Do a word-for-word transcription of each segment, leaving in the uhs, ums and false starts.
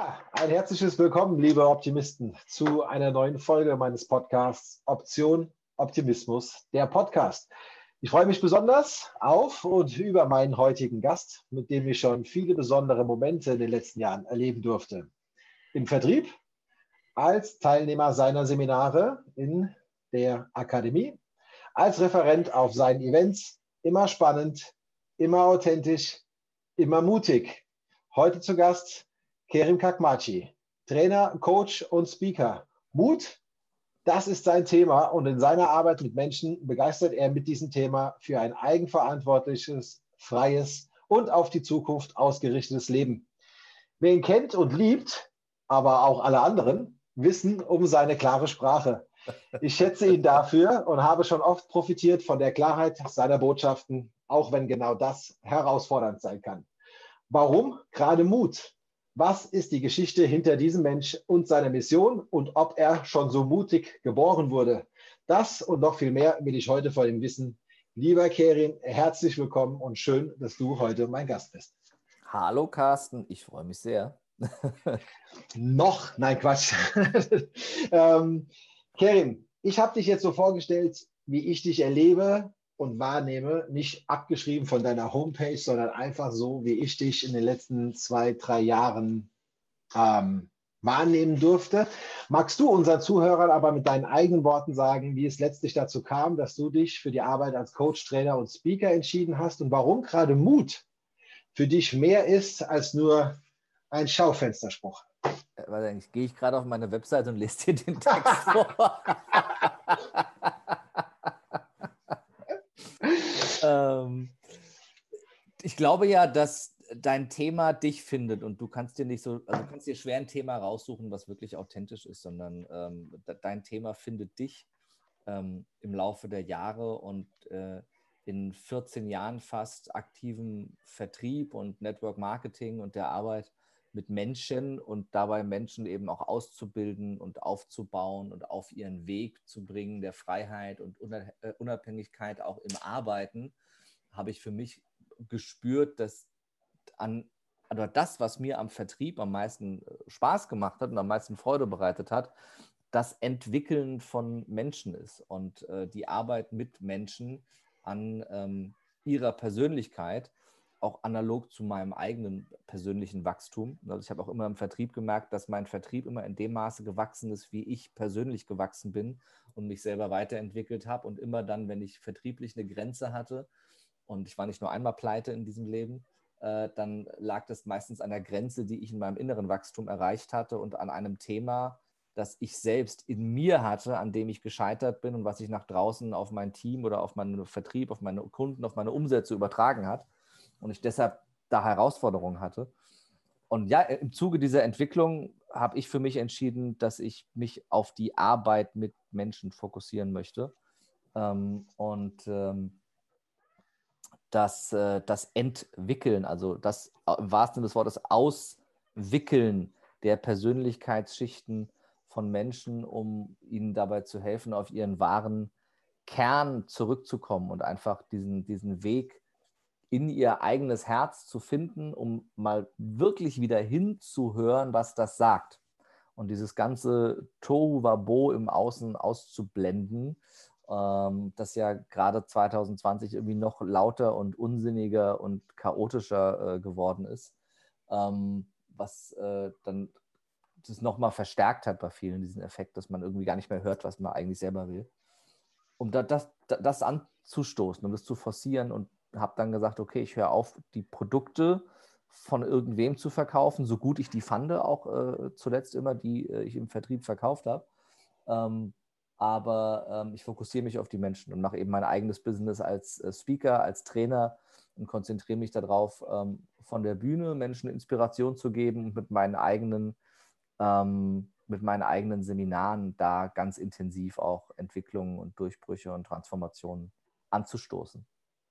Ja, ein herzliches Willkommen, liebe Optimisten, zu einer neuen Folge meines Podcasts Option Optimismus, der Podcast. Ich freue mich besonders auf und über meinen heutigen Gast, mit dem ich schon viele besondere Momente in den letzten Jahren erleben durfte. Im Vertrieb, als Teilnehmer seiner Seminare in der Akademie, als Referent auf seinen Events, immer spannend, immer authentisch, immer mutig. Heute zu Gast Kerim Kakmachi, Trainer, Coach und Speaker. Mut, das ist sein Thema und in seiner Arbeit mit Menschen begeistert er mit diesem Thema für ein eigenverantwortliches, freies und auf die Zukunft ausgerichtetes Leben. Wer ihn kennt und liebt, aber auch alle anderen, wissen um seine klare Sprache. Ich schätze ihn dafür und habe schon oft profitiert von der Klarheit seiner Botschaften, auch wenn genau das herausfordernd sein kann. Warum gerade Mut? Was ist die Geschichte hinter diesem Mensch und seiner Mission und ob er schon so mutig geboren wurde? Das und noch viel mehr will ich heute von ihm wissen. Lieber Kerim, herzlich willkommen und schön, dass du heute mein Gast bist. Hallo Carsten, ich freue mich sehr. Noch? Nein, Quatsch. ähm, Kerim, ich habe dich jetzt so vorgestellt, wie ich dich erlebe und wahrnehme, nicht abgeschrieben von deiner Homepage, sondern einfach so, wie ich dich in den letzten zwei, drei Jahren ähm, wahrnehmen durfte. Magst du unseren Zuhörern aber mit deinen eigenen Worten sagen, wie es letztlich dazu kam, dass du dich für die Arbeit als Coach, Trainer und Speaker entschieden hast und warum gerade Mut für dich mehr ist als nur ein Schaufensterspruch? Warte, ich gehe ich gerade auf meine Webseite und lese dir den Text vor. ähm, ich glaube ja, dass dein Thema dich findet und du kannst dir nicht so, also du kannst dir schwer ein Thema raussuchen, was wirklich authentisch ist, sondern ähm, dein Thema findet dich ähm, im Laufe der Jahre und äh, in vierzehn Jahren fast aktivem Vertrieb und Network Marketing und der Arbeit mit Menschen und dabei Menschen eben auch auszubilden und aufzubauen und auf ihren Weg zu bringen, der Freiheit und Unabhängigkeit auch im Arbeiten, habe ich für mich gespürt, dass an oder das, was mir am Vertrieb am meisten Spaß gemacht hat und am meisten Freude bereitet hat, das Entwickeln von Menschen ist und äh, die Arbeit mit Menschen an ähm, ihrer Persönlichkeit, auch analog zu meinem eigenen persönlichen Wachstum. Also ich habe auch immer im Vertrieb gemerkt, dass mein Vertrieb immer in dem Maße gewachsen ist, wie ich persönlich gewachsen bin und mich selber weiterentwickelt habe. Und immer dann, wenn ich vertrieblich eine Grenze hatte, und ich war nicht nur einmal pleite in diesem Leben, äh, dann lag das meistens an der Grenze, die ich in meinem inneren Wachstum erreicht hatte und an einem Thema, das ich selbst in mir hatte, an dem ich gescheitert bin und was sich nach draußen auf mein Team oder auf meinen Vertrieb, auf meine Kunden, auf meine Umsätze übertragen hat und ich deshalb da Herausforderungen hatte. Und ja, im Zuge dieser Entwicklung habe ich für mich entschieden, dass ich mich auf die Arbeit mit Menschen fokussieren möchte ähm, und ähm, das, äh, das Entwickeln, also das im wahrsten Sinne des Wortes Auswickeln der Persönlichkeitsschichten von Menschen, um ihnen dabei zu helfen, auf ihren wahren Kern zurückzukommen und einfach diesen, diesen Weg in ihr eigenes Herz zu finden, um mal wirklich wieder hinzuhören, was das sagt. Und dieses ganze Tohuwabo im Außen auszublenden, ähm, das ja gerade zwanzig zwanzig irgendwie noch lauter und unsinniger und chaotischer äh, geworden ist, ähm, was äh, dann das nochmal verstärkt hat bei vielen, diesen Effekt, dass man irgendwie gar nicht mehr hört, was man eigentlich selber will. Um da, das, das anzustoßen, um das zu forcieren und habe dann gesagt, okay, ich höre auf, die Produkte von irgendwem zu verkaufen, so gut ich die fand, auch äh, zuletzt immer, die äh, ich im Vertrieb verkauft habe. Ähm, aber ähm, ich fokussiere mich auf die Menschen und mache eben mein eigenes Business als äh, Speaker, als Trainer und konzentriere mich darauf, ähm, von der Bühne Menschen Inspiration zu geben und mit meinen eigenen ähm, mit meinen eigenen Seminaren da ganz intensiv auch Entwicklungen und Durchbrüche und Transformationen anzustoßen.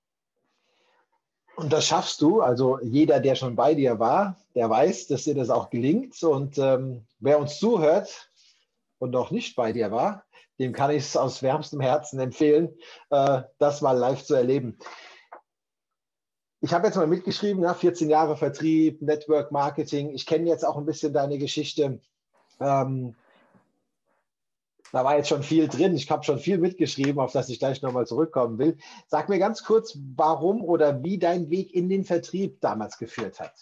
Und das schaffst du, also jeder, der schon bei dir war, der weiß, dass dir das auch gelingt. Und ähm, wer uns zuhört und noch nicht bei dir war, dem kann ich es aus wärmstem Herzen empfehlen, äh, das mal live zu erleben. Ich habe jetzt mal mitgeschrieben, ja, vierzehn Jahre Vertrieb, Network Marketing. Ich kenne jetzt auch ein bisschen deine Geschichte. Ähm, da war jetzt schon viel drin. Ich habe schon viel mitgeschrieben, auf das ich gleich nochmal zurückkommen will. Sag mir ganz kurz, warum oder wie dein Weg in den Vertrieb damals geführt hat.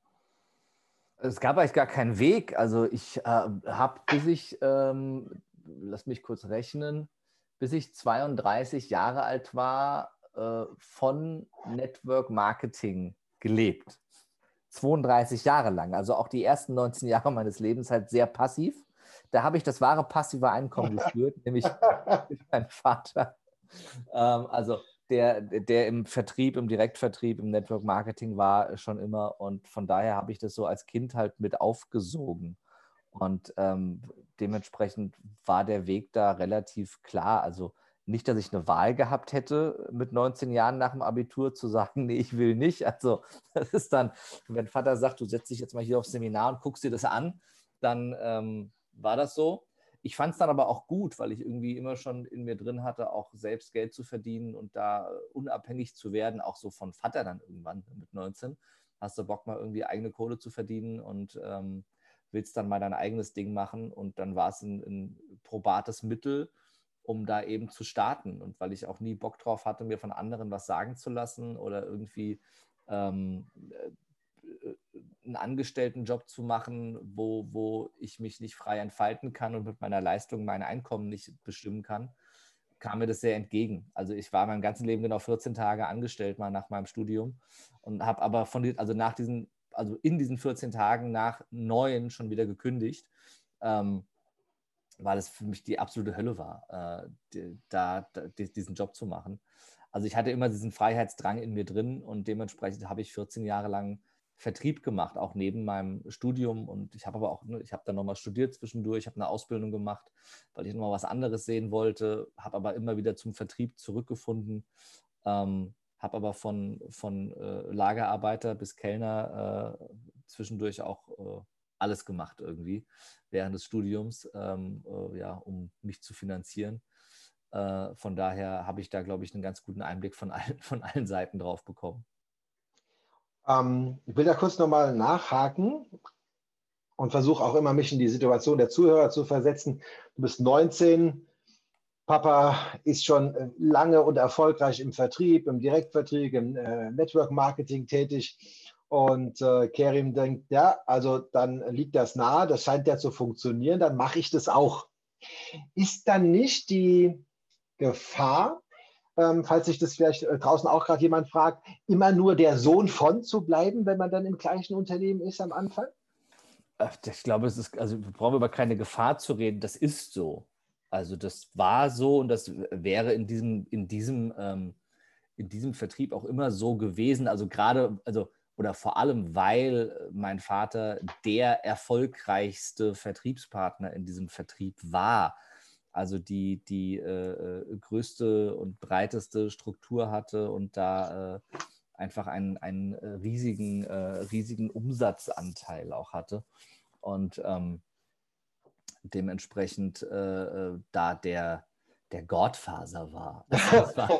Es gab eigentlich gar keinen Weg. Also ich äh, habe, bis ich, ähm, lass mich kurz rechnen, bis ich zweiunddreißig Jahre alt war, äh, von Network Marketing gelebt. zweiunddreißig Jahre lang. Also auch die ersten neunzehn Jahre meines Lebens halt sehr passiv. Da habe ich das wahre passive Einkommen gespürt, nämlich durch meinen Vater. Ähm, also der, der im Vertrieb, im Direktvertrieb, im Network Marketing war schon immer. Und von daher habe ich das so als Kind halt mit aufgesogen. Und ähm, dementsprechend war der Weg da relativ klar. Also nicht, dass ich eine Wahl gehabt hätte, mit neunzehn Jahren nach dem Abitur zu sagen, nee, ich will nicht. Also das ist dann, wenn Vater sagt, du setzt dich jetzt mal hier aufs Seminar und guckst dir das an, dann ähm, war das so. Ich fand es dann aber auch gut, weil ich irgendwie immer schon in mir drin hatte, auch selbst Geld zu verdienen und da unabhängig zu werden, auch so von Vater dann irgendwann mit neunzehn. Hast du Bock, mal irgendwie eigene Kohle zu verdienen und ähm, willst dann mal dein eigenes Ding machen, und dann war es ein, ein probates Mittel, um da eben zu starten, und weil ich auch nie Bock drauf hatte, mir von anderen was sagen zu lassen oder irgendwie ähm, einen Angestelltenjob zu machen, wo, wo ich mich nicht frei entfalten kann und mit meiner Leistung mein Einkommen nicht bestimmen kann, kam mir das sehr entgegen. Also ich war mein ganzes Leben genau vierzehn Tage angestellt, mal nach meinem Studium, und habe aber von, also nach diesen, also in diesen vierzehn Tagen nach neun schon wieder gekündigt, ähm, weil es für mich die absolute Hölle war, äh, die, da, da diesen Job zu machen. Also ich hatte immer diesen Freiheitsdrang in mir drin, und dementsprechend habe ich vierzehn Jahre lang Vertrieb gemacht, auch neben meinem Studium. Und ich habe aber auch, ich habe dann nochmal studiert zwischendurch, ich habe eine Ausbildung gemacht, weil ich nochmal was anderes sehen wollte, habe aber immer wieder zum Vertrieb zurückgefunden, ähm, habe aber von, von äh, Lagerarbeiter bis Kellner äh, zwischendurch auch äh, alles gemacht irgendwie während des Studiums, ähm, äh, ja, um mich zu finanzieren. Äh, von daher habe ich da, glaube ich, einen ganz guten Einblick von allen, von allen Seiten drauf bekommen. Ähm, ich will da kurz nochmal nachhaken und versuche auch immer, mich in die Situation der Zuhörer zu versetzen. Du bist neunzehn, Papa ist schon lange und erfolgreich im Vertrieb, im Direktvertrieb, im äh, Network Marketing tätig. Und äh, Kerim denkt, ja, also dann liegt das nahe, das scheint ja zu funktionieren, dann mache ich das auch. Ist dann nicht die Gefahr, ähm, falls sich das vielleicht äh, draußen auch gerade jemand fragt, immer nur der Sohn von zu bleiben, wenn man dann im gleichen Unternehmen ist am Anfang? Ich glaube, es ist, also wir brauchen über keine Gefahr zu reden, das ist so. Also das war so, und das wäre in diesem, in diesem, ähm, in diesem Vertrieb auch immer so gewesen. Also gerade, also oder vor allem, weil mein Vater der erfolgreichste Vertriebspartner in diesem Vertrieb war. Also die, die äh, größte und breiteste Struktur hatte und da äh, einfach einen, einen riesigen, äh, riesigen Umsatzanteil auch hatte. Und ähm, dementsprechend äh, da der, der Godfather war. Also war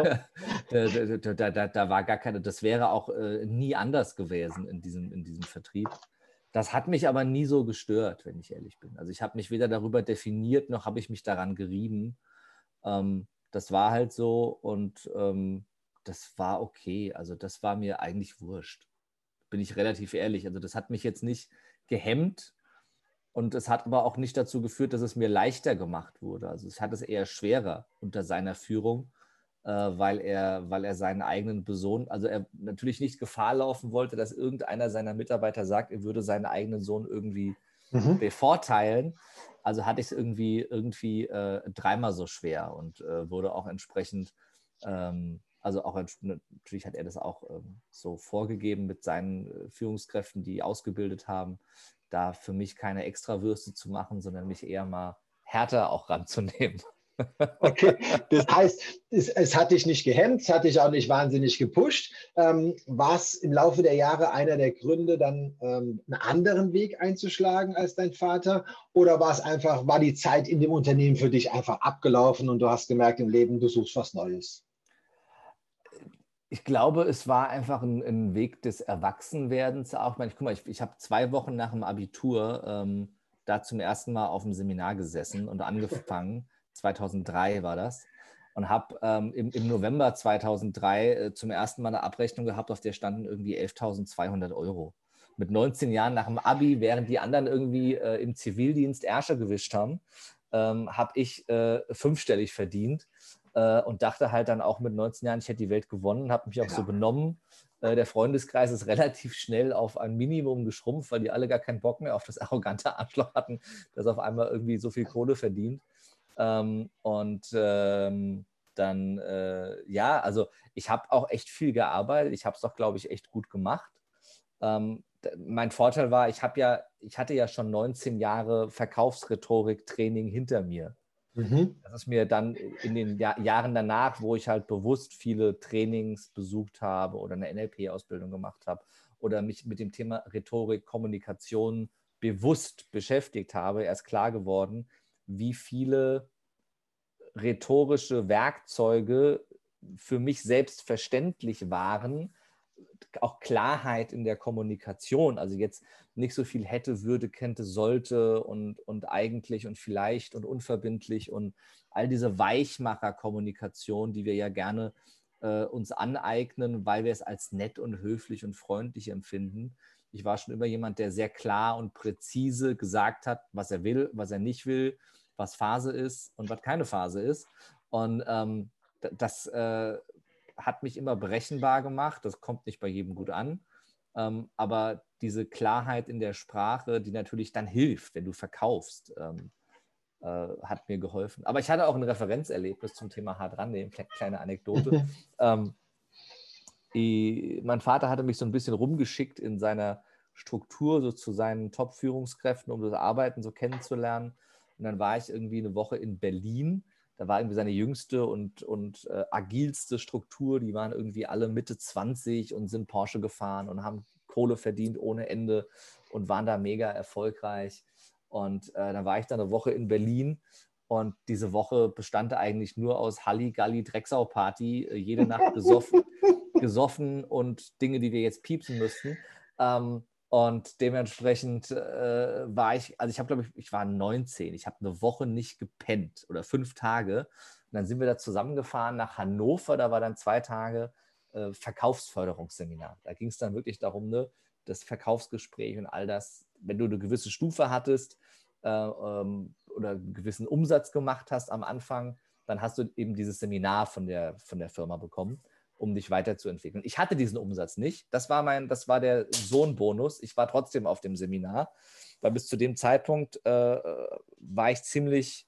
da, da, da, da war gar keine, das wäre auch äh, nie anders gewesen in diesem, in diesem Vertrieb. Das hat mich aber nie so gestört, wenn ich ehrlich bin. Also ich habe mich weder darüber definiert, noch habe ich mich daran gerieben. Ähm, das war halt so, und ähm, das war okay. Also das war mir eigentlich wurscht. Bin ich relativ ehrlich. Also das hat mich jetzt nicht gehemmt, und es hat aber auch nicht dazu geführt, dass es mir leichter gemacht wurde. Also es hat es eher schwerer unter seiner Führung, äh, weil er, weil er seinen eigenen Sohn, also er natürlich nicht Gefahr laufen wollte, dass irgendeiner seiner Mitarbeiter sagt, er würde seinen eigenen Sohn irgendwie mhm. bevorteilen. Also hatte ich es irgendwie, irgendwie äh, dreimal so schwer, und äh, wurde auch entsprechend, ähm, also auch natürlich hat er das auch ähm, so vorgegeben mit seinen äh, Führungskräften, die ausgebildet haben, da für mich keine Extrawürste zu machen, sondern mich eher mal härter auch ranzunehmen. Okay, das heißt, es, es hat dich nicht gehemmt, es hat dich auch nicht wahnsinnig gepusht. Ähm, war es im Laufe der Jahre einer der Gründe, dann ähm, einen anderen Weg einzuschlagen als dein Vater? Oder war es einfach, war die Zeit in dem Unternehmen für dich einfach abgelaufen und du hast gemerkt im Leben, du suchst was Neues? Ich glaube, es war einfach ein, ein Weg des Erwachsenwerdens auch. Ich meine, guck mal, ich, ich habe zwei Wochen nach dem Abitur ähm, da zum ersten Mal auf dem Seminar gesessen und angefangen. zweitausenddrei war das. Und habe ähm, im, im November zweitausenddrei äh, zum ersten Mal eine Abrechnung gehabt, auf der standen irgendwie elftausendzweihundert Euro. Mit neunzehn Jahren nach dem Abi, während die anderen irgendwie äh, im Zivildienst Ärsche gewischt haben, ähm, habe ich äh, fünfstellig verdient. Und dachte halt dann auch mit neunzehn Jahren, ich hätte die Welt gewonnen, habe mich auch ja. so benommen. Der Freundeskreis ist relativ schnell auf ein Minimum geschrumpft, weil die alle gar keinen Bock mehr auf das arrogante Arschloch hatten, das auf einmal irgendwie so viel Kohle verdient. Und dann, ja, also ich habe auch echt viel gearbeitet. Ich habe es doch, glaube ich, echt gut gemacht. Mein Vorteil war, ich, habe ja, ich hatte ja schon neunzehn Jahre Verkaufsrhetorik-Training hinter mir. Das ist mir dann in den Jahr, Jahren danach, wo ich halt bewusst viele Trainings besucht habe oder eine N L P-Ausbildung gemacht habe oder mich mit dem Thema Rhetorik, Kommunikation bewusst beschäftigt habe, erst klar geworden, wie viele rhetorische Werkzeuge für mich selbstverständlich waren, auch Klarheit in der Kommunikation, also jetzt nicht so viel hätte, würde, könnte, sollte und, und eigentlich und vielleicht und unverbindlich und all diese Weichmacher-Kommunikation, die wir ja gerne äh, uns aneignen, weil wir es als nett und höflich und freundlich empfinden. Ich war schon immer jemand, der sehr klar und präzise gesagt hat, was er will, was er nicht will, was Phase ist und was keine Phase ist. Und ähm, das äh, hat mich immer berechenbar gemacht. Das kommt nicht bei jedem gut an. Ähm, aber diese Klarheit in der Sprache, die natürlich dann hilft, wenn du verkaufst, ähm, äh, hat mir geholfen. Aber ich hatte auch ein Referenzerlebnis zum Thema hart rannehmen, kleine Anekdote. ähm, ich, mein Vater hatte mich so ein bisschen rumgeschickt in seiner Struktur, so zu seinen Top-Führungskräften, um das Arbeiten so kennenzulernen. Und dann war ich irgendwie eine Woche in Berlin. Da war irgendwie seine jüngste und, und äh, agilste Struktur. Die waren irgendwie alle Mitte zwanzig und sind Porsche gefahren und haben Kohle verdient ohne Ende und waren da mega erfolgreich. Und äh, dann war ich da eine Woche in Berlin und diese Woche bestand eigentlich nur aus Halligalli, Drecksau-Party, äh, jede Nacht gesoffen, gesoffen und Dinge, die wir jetzt piepsen müssten. Ähm, Und dementsprechend äh, war ich, also ich habe, glaube ich, ich war neunzehn, ich habe eine Woche nicht gepennt oder fünf Tage. Und dann sind wir da zusammengefahren nach Hannover, da war dann zwei Tage äh, Verkaufsförderungsseminar. Da ging es dann wirklich darum, ne, das Verkaufsgespräch und all das, wenn du eine gewisse Stufe hattest äh, ähm, oder einen gewissen Umsatz gemacht hast am Anfang, dann hast du eben dieses Seminar von der, von der Firma bekommen, um dich weiterzuentwickeln. Ich hatte diesen Umsatz nicht. Das war, mein, das war der Sohnbonus. Ich war trotzdem auf dem Seminar, weil bis zu dem Zeitpunkt äh, war ich ziemlich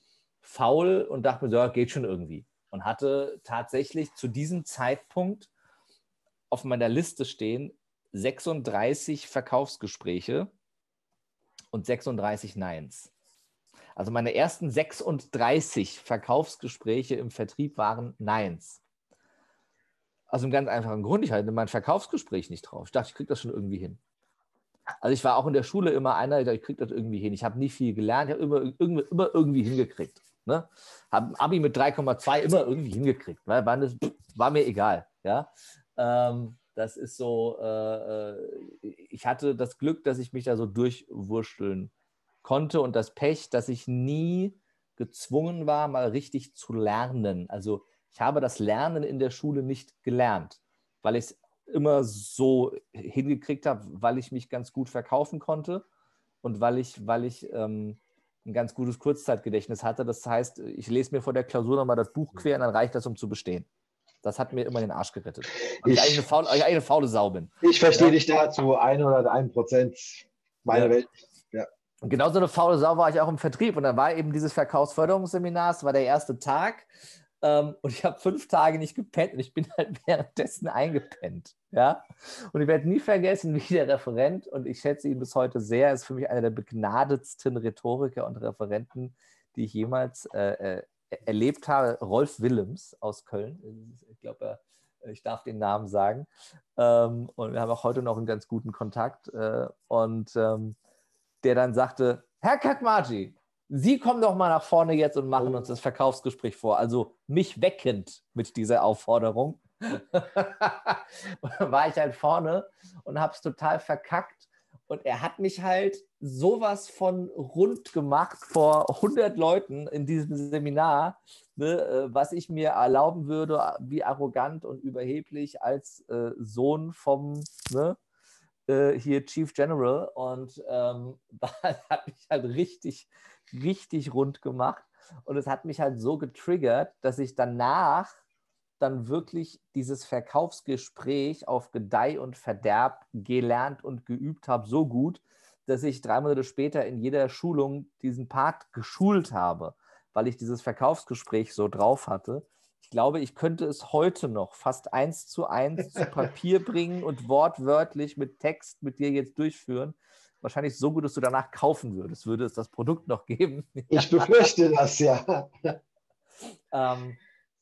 faul und dachte mir, so, ja, geht schon irgendwie. Und hatte tatsächlich zu diesem Zeitpunkt auf meiner Liste stehen sechsunddreißig Verkaufsgespräche und sechsunddreißig Neins. Also meine ersten sechsunddreißig Verkaufsgespräche im Vertrieb waren Neins. Aus einem ganz einfachen Grund, ich hatte mein Verkaufsgespräch nicht drauf. Ich dachte, ich kriege das schon irgendwie hin. Also ich war auch in der Schule immer einer, der dachte, ich kriege das irgendwie hin. Ich habe nie viel gelernt, ich habe immer, immer, immer irgendwie hingekriegt. Ne? Habe ein Abi mit drei Komma zwei immer irgendwie hingekriegt. Weil war, das, war mir egal. Ja? Ähm, das ist so, äh, ich hatte das Glück, dass ich mich da so durchwurschteln konnte und das Pech, dass ich nie gezwungen war, mal richtig zu lernen. Also ich habe das Lernen in der Schule nicht gelernt, weil ich es immer so hingekriegt habe, weil ich mich ganz gut verkaufen konnte und weil ich, weil ich ähm, ein ganz gutes Kurzzeitgedächtnis hatte. Das heißt, ich lese mir vor der Klausur nochmal das Buch quer und dann reicht das, um zu bestehen. Das hat mir immer den Arsch gerettet. Weil ich, ich, eigentlich eine faule, ich eine faule Sau bin. Ich verstehe ja? dich da zu hunderteins Prozent. Meine ja. Welt. Ja. Und genauso eine faule Sau war ich auch im Vertrieb. Und dann war eben dieses Verkaufsförderungsseminar, das war der erste Tag. Ähm, und ich habe fünf Tage nicht gepennt und ich bin halt währenddessen eingepennt. Ja? Und ich werde nie vergessen, wie der Referent, und ich schätze ihn bis heute sehr, ist für mich einer der begnadetsten Rhetoriker und Referenten, die ich jemals äh, äh, erlebt habe. Rolf Willems aus Köln. Ich glaube, ich darf den Namen sagen. Ähm, und wir haben auch heute noch einen ganz guten Kontakt. Äh, und ähm, der dann sagte, Herr Kakmaji, Sie kommen doch mal nach vorne jetzt und machen uns das Verkaufsgespräch vor. Also mich weckend mit dieser Aufforderung. war ich halt vorne und habe es total verkackt. Und er hat mich halt sowas von rund gemacht vor hundert Leuten in diesem Seminar, ne, was ich mir erlauben würde, wie arrogant und überheblich als äh, Sohn vom ne, äh, hier Chief General. Und ähm, das hat mich halt richtig, richtig rund gemacht. Und es hat mich halt so getriggert, dass ich danach dann wirklich dieses Verkaufsgespräch auf Gedeih und Verderb gelernt und geübt habe, so gut, dass ich drei Monate später in jeder Schulung diesen Part geschult habe, weil ich dieses Verkaufsgespräch so drauf hatte. Ich glaube, ich könnte es heute noch fast eins zu eins zu Papier bringen und wortwörtlich mit Text mit dir jetzt durchführen. Wahrscheinlich so gut, dass du danach kaufen würdest. Würde es das Produkt noch geben? Ich befürchte das, ja. ähm,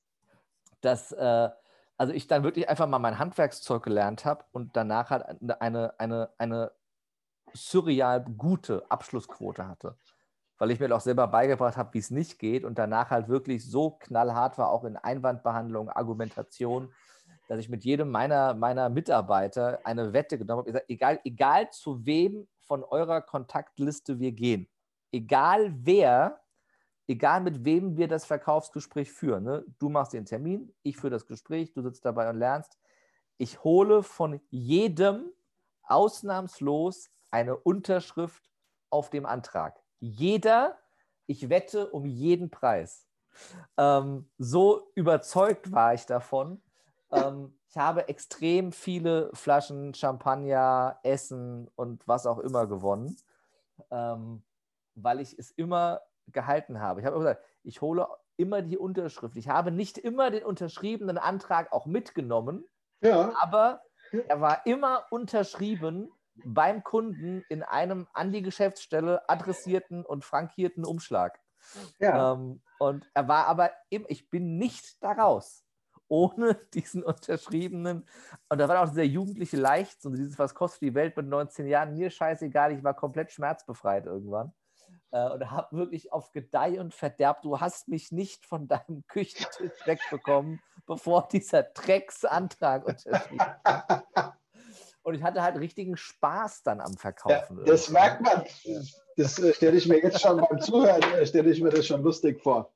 dass äh, also ich dann wirklich einfach mal mein Handwerkszeug gelernt habe und danach halt eine, eine, eine surreal gute Abschlussquote hatte. Weil ich mir auch selber beigebracht habe, wie es nicht geht und danach halt wirklich so knallhart war, auch in Einwandbehandlung, Argumentation, dass ich mit jedem meiner, meiner Mitarbeiter eine Wette genommen habe. Ich sage, egal, egal zu wem von eurer Kontaktliste wir gehen, egal wer, egal mit wem wir das Verkaufsgespräch führen, ne? Du machst den Termin, ich führe das Gespräch, du sitzt dabei und lernst. Ich hole von jedem ausnahmslos eine Unterschrift auf dem Antrag. Jeder, ich wette um jeden Preis. Ähm, so überzeugt war ich davon. Ähm, ich habe extrem viele Flaschen Champagner, Essen und was auch immer gewonnen, ähm, weil ich es immer gehalten habe. Ich habe immer gesagt, ich hole immer die Unterschrift. Ich habe nicht immer den unterschriebenen Antrag auch mitgenommen, Ja. aber er war immer unterschrieben beim Kunden in einem an die Geschäftsstelle adressierten und frankierten Umschlag. Ja. Ähm, und er war aber, im, ich bin nicht da raus, ohne diesen unterschriebenen. Und da war auch dieser jugendliche Leichtsinn, dieses, was kostet die Welt mit neunzehn Jahren, mir scheißegal, ich war komplett schmerzbefreit irgendwann. Und habe wirklich auf Gedeih und Verderb, du hast mich nicht von deinem Küchentisch wegbekommen, bevor dieser Drecksantrag unterschrieben war. Und ich hatte halt richtigen Spaß dann am Verkaufen. Ja, das merkt man. Das äh, stelle ich mir jetzt schon beim Zuhören, äh, stelle ich mir das schon lustig vor.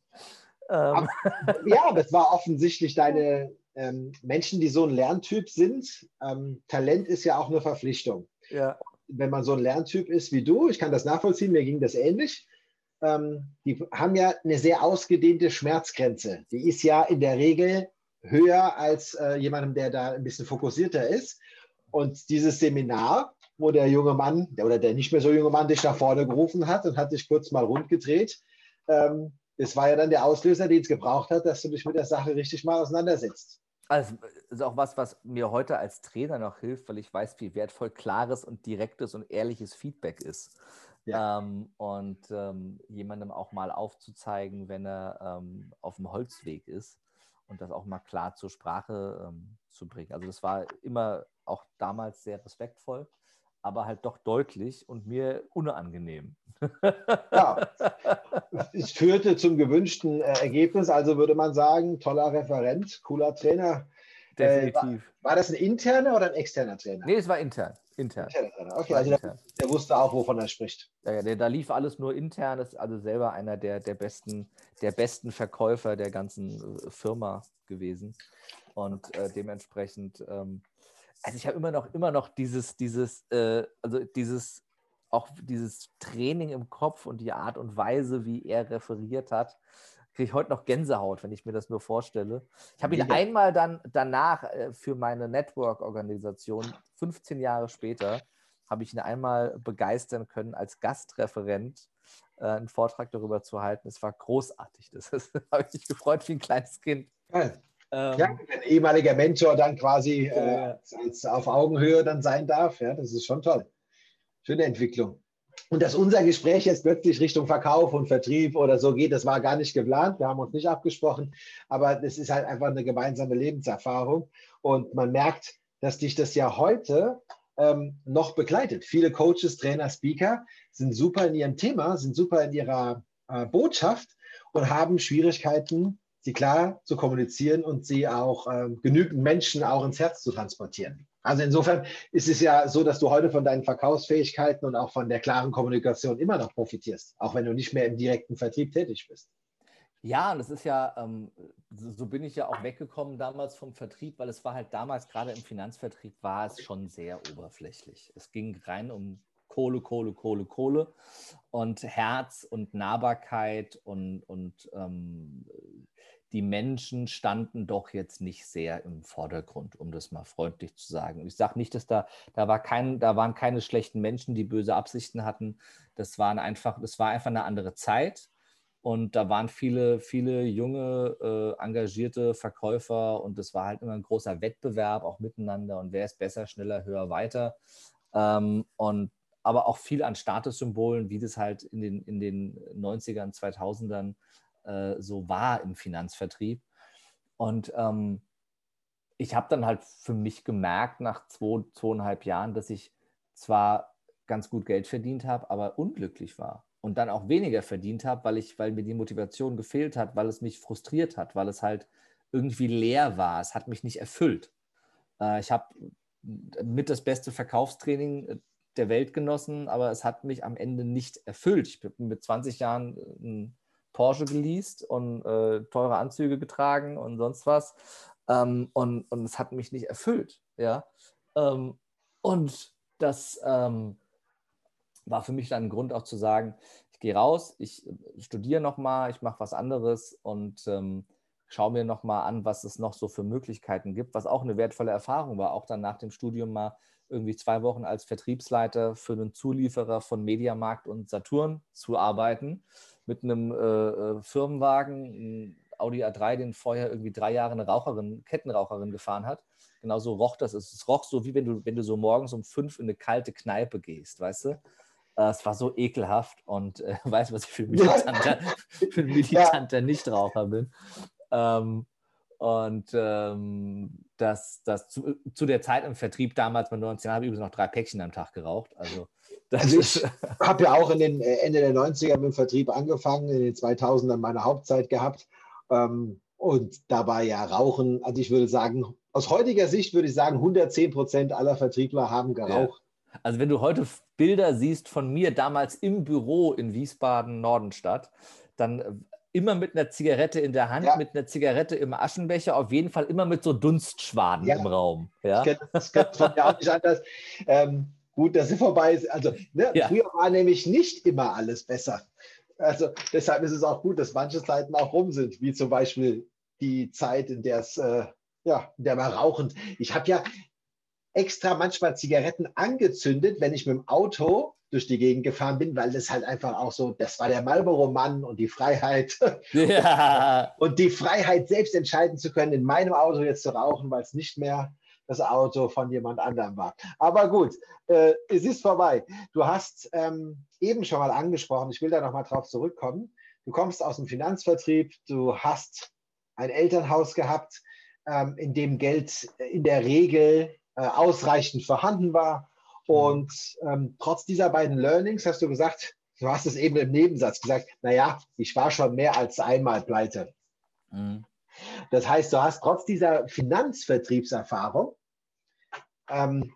Ähm. Aber, ja, aber es war offensichtlich deine ähm, Menschen, die so ein Lerntyp sind. Ähm, Talent ist ja auch eine Verpflichtung. Ja. Wenn man so ein Lerntyp ist wie du, ich kann das nachvollziehen, mir ging das ähnlich, ähm, die haben ja eine sehr ausgedehnte Schmerzgrenze. Die ist ja in der Regel höher als äh, jemandem, der da ein bisschen fokussierter ist. Und dieses Seminar, wo der junge Mann, der, oder der nicht mehr so junge Mann dich nach vorne gerufen hat und hat dich kurz mal rundgedreht, ähm, das war ja dann der Auslöser, den es gebraucht hat, dass du dich mit der Sache richtig mal auseinandersetzt. Also, das ist auch was, was mir heute als Trainer noch hilft, weil ich weiß, wie wertvoll klares und direktes und ehrliches Feedback ist. Ja. Ähm, und ähm, jemandem auch mal aufzuzeigen, wenn er ähm, auf dem Holzweg ist und das auch mal klar zur Sprache ähm, zu bringen. Also das war immer auch damals sehr respektvoll, aber halt doch deutlich und mir unangenehm. Ja, es führte zum gewünschten äh, Ergebnis, also würde man sagen, toller Referent, cooler Trainer. Definitiv. Äh, war, war das ein interner oder ein externer Trainer? Nee, es war intern. Intern. Interner Trainer. Okay, also der, der wusste auch, wovon er spricht. Ja, ja, der, da lief alles nur intern, ist also selber einer der, der, besten, der besten Verkäufer der ganzen äh, Firma gewesen. Und äh, dementsprechend, ähm, also ich habe immer noch, immer noch dieses, dieses, äh, also dieses, auch dieses Training im Kopf und die Art und Weise, wie er referiert hat, kriege ich heute noch Gänsehaut, wenn ich mir das nur vorstelle. Ich habe ihn Mega. einmal dann danach äh, für meine Network-Organisation, fünfzehn Jahre später, habe ich ihn einmal begeistern können, als Gastreferent äh, einen Vortrag darüber zu halten. Es war großartig. Das, das habe ich mich gefreut wie ein kleines Kind. Geil. Ähm, Ja, ein ehemaliger Mentor dann quasi ja, äh, ja. als, als auf Augenhöhe dann sein darf. Ja, das ist schon toll. Schöne Entwicklung. Und dass unser Gespräch jetzt plötzlich Richtung Verkauf und Vertrieb oder so geht, das war gar nicht geplant. Wir haben uns nicht abgesprochen, aber das ist halt einfach eine gemeinsame Lebenserfahrung. Und man merkt, dass dich das ja heute ähm, noch begleitet. Viele Coaches, Trainer, Speaker sind super in ihrem Thema, sind super in ihrer äh, Botschaft und haben Schwierigkeiten, sie klar zu kommunizieren und sie auch ähm, genügend Menschen auch ins Herz zu transportieren. Also insofern ist es ja so, dass du heute von deinen Verkaufsfähigkeiten und auch von der klaren Kommunikation immer noch profitierst, auch wenn du nicht mehr im direkten Vertrieb tätig bist. Ja, und es ist ja, ähm, so, so bin ich ja auch weggekommen damals vom Vertrieb, weil es war halt damals, gerade im Finanzvertrieb, war es schon sehr oberflächlich. Es ging rein um Kohle, Kohle, Kohle, Kohle und Herz und Nahbarkeit und, und ähm, die Menschen standen doch jetzt nicht sehr im Vordergrund, um das mal freundlich zu sagen. Ich sage nicht, dass da, da, war kein, da waren keine schlechten Menschen, die böse Absichten hatten. Das, waren einfach, das war einfach eine andere Zeit. Und da waren viele, viele junge, äh, engagierte Verkäufer und es war halt immer ein großer Wettbewerb auch miteinander und wer ist besser, schneller, höher, weiter. Ähm, und aber auch viel an Statussymbolen, wie das halt in den, in den neunzigern, zweitausendern äh, so war im Finanzvertrieb. Und ähm, ich habe dann halt für mich gemerkt, nach zwei, zweieinhalb Jahren, dass ich zwar ganz gut Geld verdient habe, aber unglücklich war. Und dann auch weniger verdient habe, weil, ich, weil mir die Motivation gefehlt hat, weil es mich frustriert hat, weil es halt irgendwie leer war. Es hat mich nicht erfüllt. Äh, ich habe mit das beste Verkaufstraining der Welt genossen, aber es hat mich am Ende nicht erfüllt. Ich bin mit zwanzig Jahren einen Porsche geleast und äh, teure Anzüge getragen und sonst was. Ähm, und, und es hat mich nicht erfüllt. Ja? Ähm, und das ähm, war für mich dann ein Grund auch zu sagen, ich gehe raus, ich studiere nochmal, ich mache was anderes und ähm, schaue mir nochmal an, was es noch so für Möglichkeiten gibt, was auch eine wertvolle Erfahrung war, auch dann nach dem Studium mal irgendwie zwei Wochen als Vertriebsleiter für einen Zulieferer von Mediamarkt und Saturn zu arbeiten, mit einem äh, Firmenwagen, ein Audi A drei, den vorher irgendwie drei Jahre eine Raucherin, Kettenraucherin gefahren hat. Genauso roch das. Es roch so, wie wenn du, wenn du so morgens um fünf in eine kalte Kneipe gehst, weißt du? Es war so ekelhaft und äh, weiß, was ich für ein militanter, für ein militanter Nichtraucher bin. Ähm, und ähm, das, das zu, zu der Zeit im Vertrieb damals mit neunzehn habe ich übrigens noch drei Päckchen am Tag geraucht. Also, das also ich habe ja auch in den Ende der neunziger mit dem Vertrieb angefangen, in den zweitausendern meine Hauptzeit gehabt. Ähm, und dabei ja Rauchen, also ich würde sagen, aus heutiger Sicht würde ich sagen, hundertzehn Prozent aller Vertriebler haben geraucht. Ja. Also wenn du heute Bilder siehst von mir damals im Büro in Wiesbaden-Nordenstadt, dann immer mit einer Zigarette in der Hand, ja. mit einer Zigarette im Aschenbecher, auf jeden Fall immer mit so Dunstschwaden ja. im Raum. Ja? Ich kenne das kenn von mir auch nicht anders. Ähm, gut, dass sie vorbei ist. Also ne, ja. früher war nämlich nicht immer alles besser. Also deshalb ist es auch gut, dass manche Zeiten auch rum sind, wie zum Beispiel die Zeit, in der es, äh, ja, in der man rauchen. Ich habe ja extra manchmal Zigaretten angezündet, wenn ich mit dem Auto durch die Gegend gefahren bin, weil das halt einfach auch so, das war der Marlboro-Mann und die Freiheit. Ja. Und, und die Freiheit, selbst entscheiden zu können, in meinem Auto jetzt zu rauchen, weil es nicht mehr das Auto von jemand anderem war. Aber gut, äh, es ist vorbei. Du hast ähm, eben schon mal angesprochen, ich will da nochmal drauf zurückkommen. Du kommst aus dem Finanzvertrieb, du hast ein Elternhaus gehabt, ähm, in dem Geld in der Regel äh, ausreichend vorhanden war. Und ähm, trotz dieser beiden Learnings hast du gesagt, du hast es eben im Nebensatz gesagt, naja, ich war schon mehr als einmal pleite. Mhm. Das heißt, du hast trotz dieser Finanzvertriebserfahrung ähm,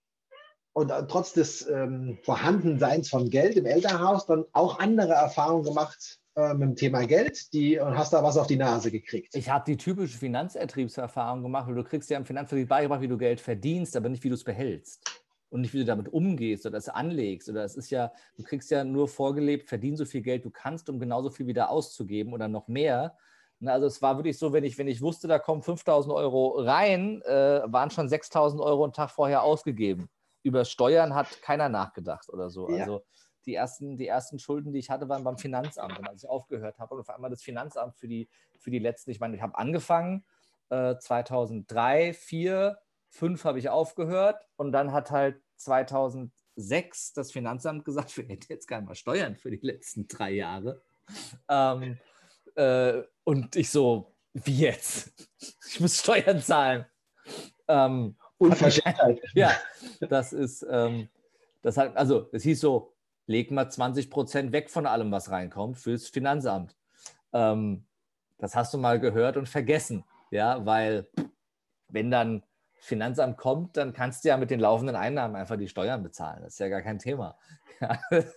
und äh, trotz des ähm, Vorhandenseins von Geld im Elternhaus dann auch andere Erfahrungen gemacht äh, mit dem Thema Geld, die, und hast da was auf die Nase gekriegt. Ich habe die typische Finanzertriebserfahrung gemacht, weil du kriegst ja im Finanzvertrieb beigebracht, wie du Geld verdienst, aber nicht, wie du es behältst. Und nicht, wie du damit umgehst oder es anlegst. Oder es ist ja, du kriegst ja nur vorgelebt, verdien so viel Geld du kannst, um genauso viel wieder auszugeben oder noch mehr. Also es war wirklich so, wenn ich, wenn ich wusste, da kommen fünftausend Euro rein, äh, waren schon sechstausend Euro einen Tag vorher ausgegeben. Über Steuern hat keiner nachgedacht oder so. Ja. Also die ersten, die ersten Schulden, die ich hatte, waren beim Finanzamt. Und als ich aufgehört habe, und auf einmal das Finanzamt für die, für die letzten, ich meine, ich habe angefangen, äh, zweitausenddrei, zweitausendvier, zweitausendfünf habe ich aufgehört und dann hat halt zweitausendsechs das Finanzamt gesagt, wir hätten jetzt gar nicht mal Steuern für die letzten drei Jahre. Ähm, äh, und ich so, wie jetzt? Ich muss Steuern zahlen. Ähm, Unverschämtheit. Ja, das ist, ähm, das hat, also es hieß so, leg mal zwanzig Prozent weg von allem, was reinkommt, fürs Finanzamt. Ähm, das hast du mal gehört und vergessen. Ja, weil wenn dann Finanzamt kommt, dann kannst du ja mit den laufenden Einnahmen einfach die Steuern bezahlen. Das ist ja gar kein Thema. Ja,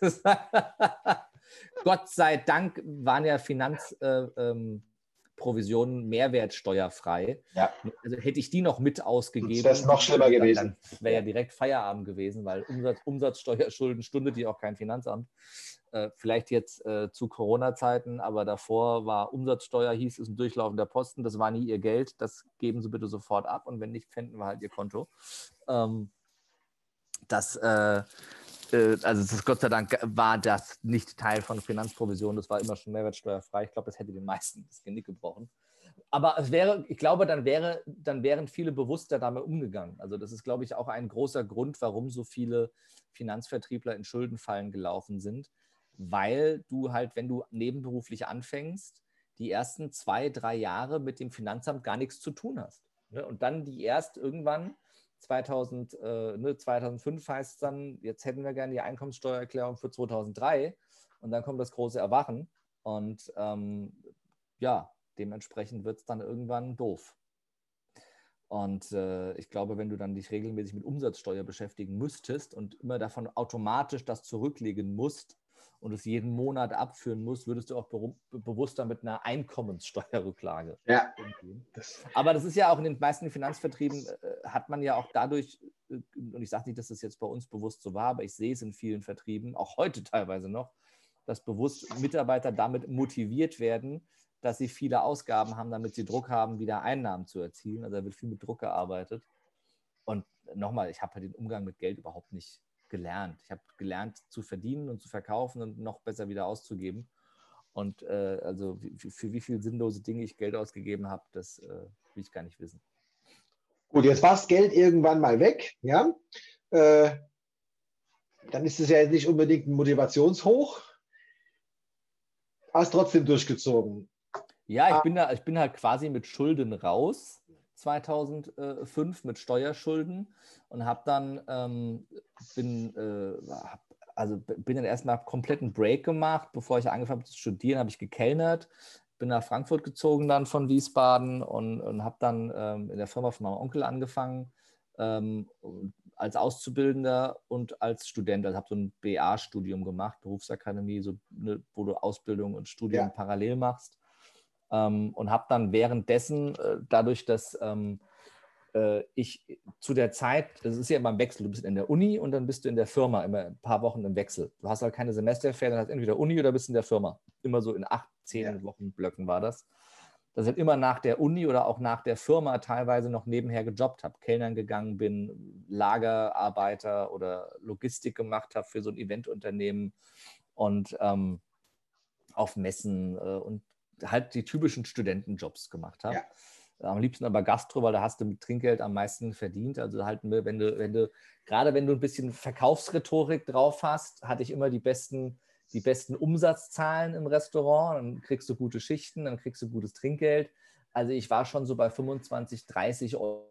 Gott sei Dank waren ja Finanzprovisionen äh, ähm, mehrwertsteuerfrei. Ja. Also hätte ich die noch mit ausgegeben, das ist noch schlimmer gewesen. Dann wäre ja. ja direkt Feierabend gewesen, weil Umsatz, Umsatzsteuerschulden stundet die auch kein Finanzamt. Äh, vielleicht jetzt äh, zu Corona-Zeiten, aber davor war Umsatzsteuer, hieß es ein durchlaufender Posten, das war nie ihr Geld, das geben sie bitte sofort ab und wenn nicht, pfänden wir halt ihr Konto. Ähm, das, äh, äh, also das, Gott sei Dank war das nicht Teil von Finanzprovision, das war immer schon mehrwertsteuerfrei. Ich glaube, das hätte den meisten das Genick gebrochen. Aber es wäre, ich glaube, dann, wäre, dann wären viele bewusster damit umgegangen. Also das ist, glaube ich, auch ein großer Grund, warum so viele Finanzvertriebler in Schuldenfallen gelaufen sind, weil du halt, wenn du nebenberuflich anfängst, die ersten zwei, drei Jahre mit dem Finanzamt gar nichts zu tun hast. Und dann die erst irgendwann, zweitausend, äh, ne, zweitausendfünf heißt es dann, jetzt hätten wir gerne die Einkommenssteuererklärung für zweitausenddrei und dann kommt das große Erwachen und ähm, ja, dementsprechend wird es dann irgendwann doof. Und äh, ich glaube, wenn du dann dich regelmäßig mit Umsatzsteuer beschäftigen müsstest und immer davon automatisch das zurücklegen musst und es jeden Monat abführen musst, würdest du auch be bewusster mit einer Einkommenssteuerrücklage ja. umgehen. Aber das ist ja auch in den meisten Finanzvertrieben, äh, hat man ja auch dadurch, äh, und ich sage nicht, dass das jetzt bei uns bewusst so war, aber ich sehe es in vielen Vertrieben, auch heute teilweise noch, dass bewusst Mitarbeiter damit motiviert werden, dass sie viele Ausgaben haben, damit sie Druck haben, wieder Einnahmen zu erzielen. Also da wird viel mit Druck gearbeitet. Und nochmal, ich habe halt den Umgang mit Geld überhaupt nicht gelernt. Ich habe gelernt zu verdienen und zu verkaufen und noch besser wieder auszugeben. Und äh, also für, für wie viele sinnlose Dinge ich Geld ausgegeben habe, das äh, will ich gar nicht wissen. Gut, jetzt war das Geld irgendwann mal weg, ja. Äh, dann ist es ja jetzt nicht unbedingt ein Motivationshoch. Hast trotzdem durchgezogen. Ja, ich bin, da, ich bin halt quasi mit Schulden raus, zweitausendfünf mit Steuerschulden und habe dann, ähm, bin, äh, hab, also bin dann erstmal kompletten Break gemacht. Bevor ich angefangen habe zu studieren, habe ich gekellnert, bin nach Frankfurt gezogen dann von Wiesbaden und, und habe dann ähm, in der Firma von meinem Onkel angefangen, ähm, als Auszubildender und als Student. Also habe so ein B A-Studium gemacht, Berufsakademie, so eine, wo du Ausbildung und Studium ja. parallel machst. Ähm, und habe dann währenddessen, äh, dadurch, dass ähm, äh, ich zu der Zeit, das ist ja immer im Wechsel, du bist in der Uni und dann bist du in der Firma, immer ein paar Wochen im Wechsel. Du hast halt keine Semesterferien, dann hast entweder Uni oder bist in der Firma. Immer so in acht, zehn ja. Wochen Blöcken war das. Dass ich halt immer nach der Uni oder auch nach der Firma teilweise noch nebenher gejobbt habe, Kellnern gegangen bin, Lagerarbeiter oder Logistik gemacht habe für so ein Eventunternehmen und ähm, auf Messen äh, und halt die typischen Studentenjobs gemacht habe. Ja. Am liebsten aber Gastro, weil da hast du mit Trinkgeld am meisten verdient. Also halt, wenn du, wenn du, gerade wenn du ein bisschen Verkaufsrhetorik drauf hast, hatte ich immer die besten, die besten Umsatzzahlen im Restaurant. Dann kriegst du gute Schichten, dann kriegst du gutes Trinkgeld. Also ich war schon so bei fünfundzwanzig, dreißig Euro.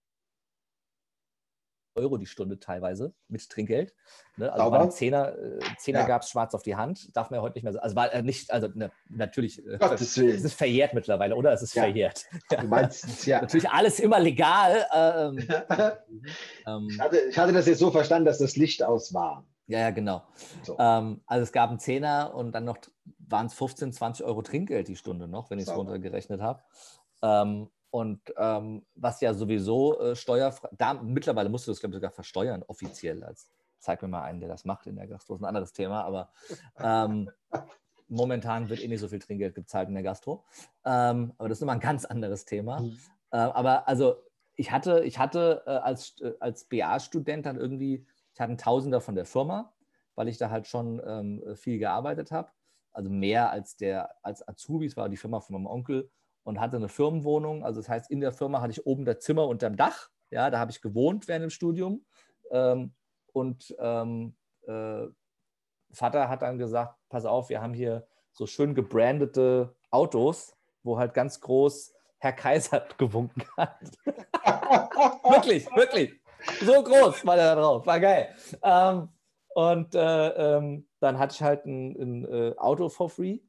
Euro die Stunde teilweise mit Trinkgeld. Ne? Also war ein Zehner, äh, Zehner ja. gab es schwarz auf die Hand. Darf man ja heute nicht mehr so. Also war äh, nicht, also ne, natürlich, äh, es ist verjährt mittlerweile, oder? Es ist ja. verjährt. Du meinst, ja. Natürlich alles immer legal. Ähm, ich, hatte, ich hatte das jetzt so verstanden, dass das Licht aus war. Ja, ja, genau. So. Ähm, also es gab einen Zehner und dann noch waren es fünfzehn, zwanzig Euro Trinkgeld die Stunde noch, wenn ich es runtergerechnet habe. Ähm, Und ähm, was ja sowieso äh, steuerfrei, da, mittlerweile musst du das, glaube ich, sogar versteuern, offiziell. Als, zeig mir mal einen, der das macht in der Gastro. Das ist ein anderes Thema, aber ähm, momentan wird eh nicht so viel Trinkgeld gezahlt in der Gastro. Ähm, aber das ist nochmal ein ganz anderes Thema. Mhm. Äh, aber also ich hatte, ich hatte äh, als, äh, als B A-Student dann irgendwie, ich hatte einen Tausender von der Firma, weil ich da halt schon ähm, viel gearbeitet habe. Also mehr als, der, als Azubis war die Firma von meinem Onkel. Und hatte eine Firmenwohnung. Also das heißt, in der Firma hatte ich oben das Zimmer unterm Dach. Ja, da habe ich gewohnt während dem Studium. Ähm, und ähm, äh, Vater hat dann gesagt, pass auf, wir haben hier so schön gebrandete Autos, wo halt ganz groß Herr Kaiser gewunken hat. Wirklich, wirklich. So groß war der da drauf. War geil. Ähm, und äh, ähm, dann hatte ich halt ein, ein äh, Auto for free.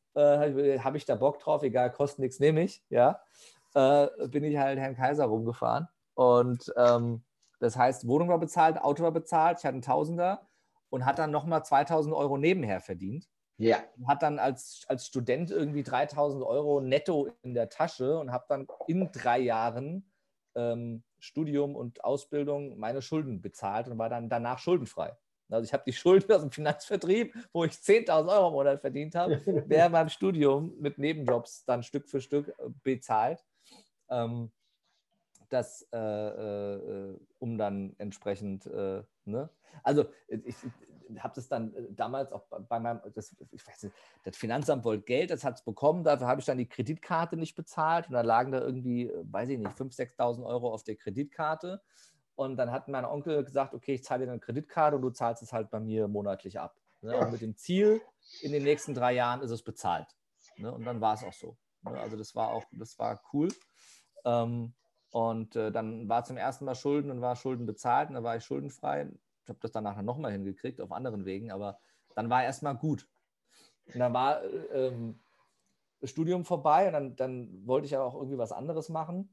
äh, habe ich da Bock drauf, egal, kostet nichts, nehme ich, ja, äh, bin ich halt Herrn Kaiser rumgefahren. Und ähm, das heißt, Wohnung war bezahlt, Auto war bezahlt, ich hatte einen Tausender und hat dann nochmal zweitausend Euro nebenher verdient. Ja. Hat dann als, als Student irgendwie dreitausend Euro netto in der Tasche und habe dann in drei Jahren ähm, Studium und Ausbildung meine Schulden bezahlt und war dann danach schuldenfrei. Also ich habe die Schulden aus dem Finanzvertrieb, wo ich zehntausend Euro im Monat verdient habe, während meinem Studium mit Nebenjobs dann Stück für Stück bezahlt. Ähm, das, äh, äh, um dann entsprechend, äh, ne? Also ich, ich habe das dann damals auch bei meinem, das, ich weiß nicht, das Finanzamt wollte Geld, das hat es bekommen, dafür habe ich dann die Kreditkarte nicht bezahlt und da lagen da irgendwie, weiß ich nicht, fünftausend, sechstausend Euro auf der Kreditkarte und dann hat mein Onkel gesagt, okay, ich zahle dir eine Kreditkarte und du zahlst es halt bei mir monatlich ab. Ne? Auch mit dem Ziel, in den nächsten drei Jahren ist es bezahlt. Ne? Und dann war es auch so. Ne? Also das war auch, das war cool. Ähm, Und äh, dann war zum ersten Mal Schulden und war Schulden bezahlt und dann war ich schuldenfrei. Ich habe das danach nochmal hingekriegt, auf anderen Wegen, aber dann war erstmal gut. Und dann war äh, ähm, das Studium vorbei und dann, dann wollte ich aber auch irgendwie was anderes machen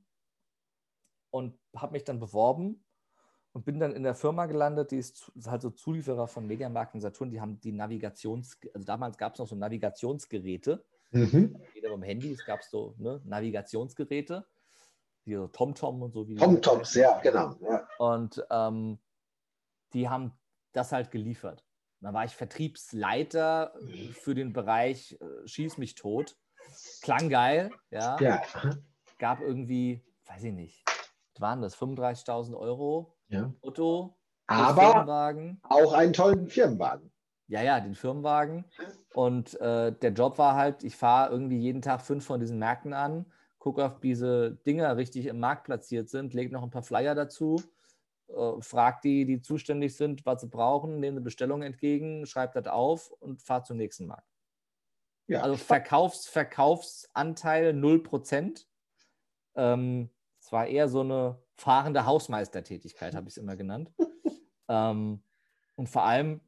und habe mich dann beworben und bin dann in der Firma gelandet, die ist, ist halt so Zulieferer von Mediamarkt und Saturn, die haben die Navigations-, also damals gab es noch so Navigationsgeräte, Mhm. weder beim Handy, es gab so ne, Navigationsgeräte, wie so TomTom und so, wie die alle Tom-Toms, heißen. ja, genau. Ja. Und ähm, die haben das halt geliefert. Da war ich Vertriebsleiter für den Bereich äh, Schieß mich tot. Klang geil, ja. Ja. Gab irgendwie, weiß ich nicht, was waren das, fünfunddreißigtausend Euro Ja. Auto plus Aber Firmenwagen. auch einen tollen Firmenwagen. Ja, ja, den Firmenwagen. Und äh, der Job war halt, ich fahre irgendwie jeden Tag fünf von diesen Märkten an, gucke, ob diese Dinger richtig im Markt platziert sind, lege noch ein paar Flyer dazu, äh, frage die, die zuständig sind, was sie brauchen, nehme eine Bestellung entgegen, schreibe das auf und fahre zum nächsten Markt. Ja, Also spannend. Verkaufs, Verkaufsanteil null Prozent. Ähm, es war eher so eine fahrende Hausmeistertätigkeit, habe ich es immer genannt. ähm, und vor allem,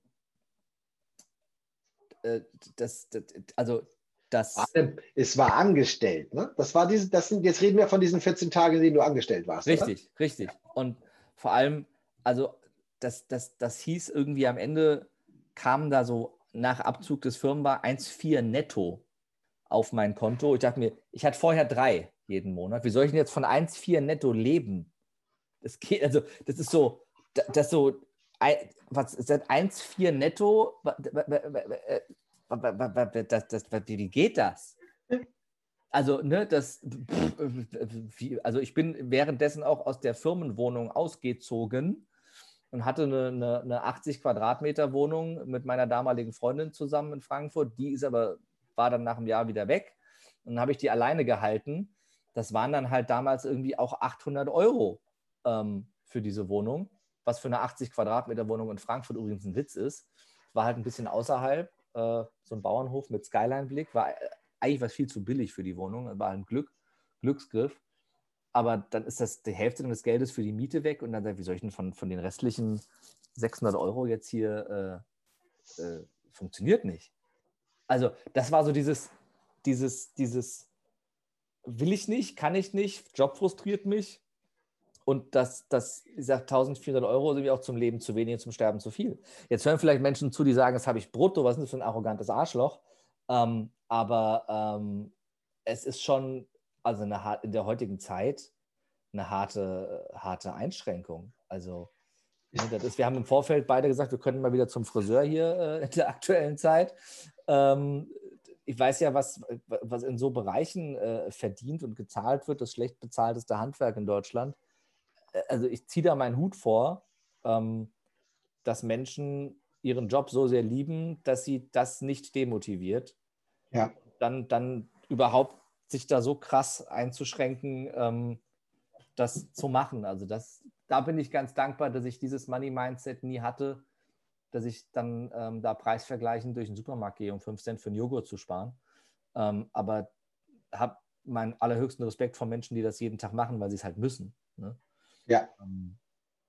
äh, das, das, also das, Es war angestellt, ne? Das war diese, das sind, jetzt reden wir von diesen vierzehn Tagen, in denen du angestellt warst, oder? richtig, richtig. Und vor allem, also das, das, das hieß irgendwie am Ende, kam da so nach Abzug des Firmenwagens eins Komma vier netto auf mein Konto. Ich dachte mir, ich hatte vorher drei jeden Monat. Wie soll ich denn jetzt von eins Komma vier netto leben? Das geht, also das ist so, das so, was ist das, eins Komma vier netto? Das, das, wie geht das? Also, ne, das, also ich bin währenddessen auch aus der Firmenwohnung ausgezogen und hatte eine, eine, eine achtzig Quadratmeter Wohnung mit meiner damaligen Freundin zusammen in Frankfurt. Die ist aber, war dann nach einem Jahr wieder weg. Und dann habe ich die alleine gehalten. Das waren dann halt damals irgendwie auch achthundert Euro ähm, für diese Wohnung, was für eine achtzig Quadratmeter Wohnung in Frankfurt übrigens ein Witz ist. War halt ein bisschen außerhalb, äh, so ein Bauernhof mit Skyline-Blick, war eigentlich was viel zu billig für die Wohnung, war ein Glück, Glücksgriff. Aber dann ist das die Hälfte des Geldes für die Miete weg und dann sagt, wie soll ich denn von, von den restlichen sechshundert Euro jetzt hier, äh, äh, funktioniert nicht. Also das war so dieses, dieses, dieses, will ich nicht, kann ich nicht, Job frustriert mich und das, das ich sage, eintausendvierhundert Euro sind mir auch zum Leben zu wenig und zum Sterben zu viel. Jetzt hören vielleicht Menschen zu, die sagen, das habe ich brutto, was ist das für ein arrogantes Arschloch? Ähm, aber ähm, es ist schon, also eine, in der heutigen Zeit, eine harte, harte Einschränkung. Also, ne, das ist, wir haben im Vorfeld beide gesagt, wir können mal wieder zum Friseur hier äh, in der aktuellen Zeit. Ähm, ich weiß ja, was, was in so Bereichen äh, verdient und gezahlt wird, das schlecht bezahlteste Handwerk in Deutschland. Also ich ziehe da meinen Hut vor, ähm, dass Menschen ihren Job so sehr lieben, dass sie das nicht demotiviert. Ja. Dann, dann überhaupt sich da so krass einzuschränken, ähm, das zu machen. Also das, da bin ich ganz dankbar, dass ich dieses Money-Mindset nie hatte, dass ich dann ähm, da preisvergleichend durch den Supermarkt gehe, um fünf Cent für einen Joghurt zu sparen. Ähm, aber habe meinen allerhöchsten Respekt vor Menschen, die das jeden Tag machen, weil sie es halt müssen. Ne? Ja. Ähm,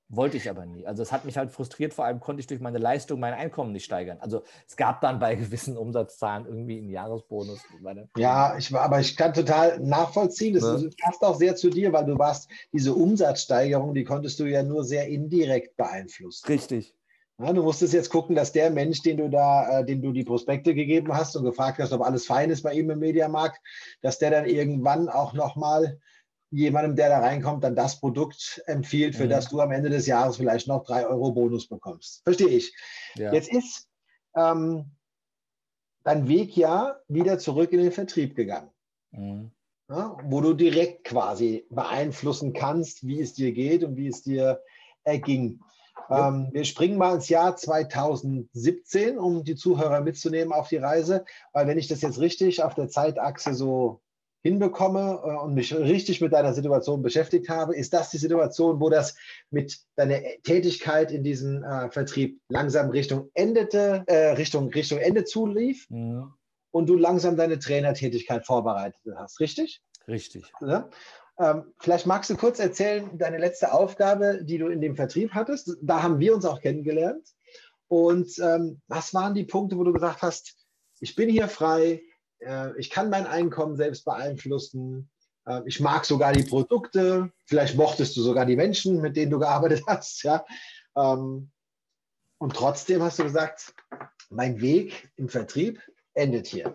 Wollte ich aber nie. Also es hat mich halt frustriert, vor allem konnte ich durch meine Leistung mein Einkommen nicht steigern. Also es gab dann bei gewissen Umsatzzahlen irgendwie einen Jahresbonus. Meine, Ja, ich, war- aber ich kann total nachvollziehen. Das ne? passt auch sehr zu dir, weil du warst, diese Umsatzsteigerung, die konntest du ja nur sehr indirekt beeinflussen. Richtig. Ja, du musstest jetzt gucken, dass der Mensch, den du da, äh, dem du die Prospekte gegeben hast und gefragt hast, ob alles fein ist bei ihm im Mediamarkt, dass der dann irgendwann auch nochmal jemandem, der da reinkommt, dann das Produkt empfiehlt, für Mhm. das du am Ende des Jahres vielleicht noch drei Euro Bonus bekommst. Verstehe ich. Ja. Jetzt ist ähm, dein Weg ja wieder zurück in den Vertrieb gegangen, Mhm. ja, wo du direkt quasi beeinflussen kannst, wie es dir geht und wie es dir erging. Jupp. Ähm, wir springen mal ins Jahr zweitausendsiebzehn, um die Zuhörer mitzunehmen auf die Reise, weil wenn ich das jetzt richtig auf der Zeitachse so hinbekomme äh, und mich richtig mit deiner Situation beschäftigt habe, ist das die Situation, wo das mit deiner Tätigkeit in diesem äh, Vertrieb langsam Richtung endete, äh, Richtung, Richtung Ende zulief Mhm. und du langsam deine Trainertätigkeit vorbereitet hast, richtig? Richtig. Ja? Ähm, vielleicht magst du kurz erzählen, deine letzte Aufgabe, die du in dem Vertrieb hattest. Da haben wir uns auch kennengelernt. Und ähm, was waren die Punkte, wo du gesagt hast, ich bin hier frei, äh, ich kann mein Einkommen selbst beeinflussen, äh, ich mag sogar die Produkte, vielleicht mochtest du sogar die Menschen, mit denen du gearbeitet hast. Ja? Ähm, und trotzdem hast du gesagt, mein Weg im Vertrieb endet hier.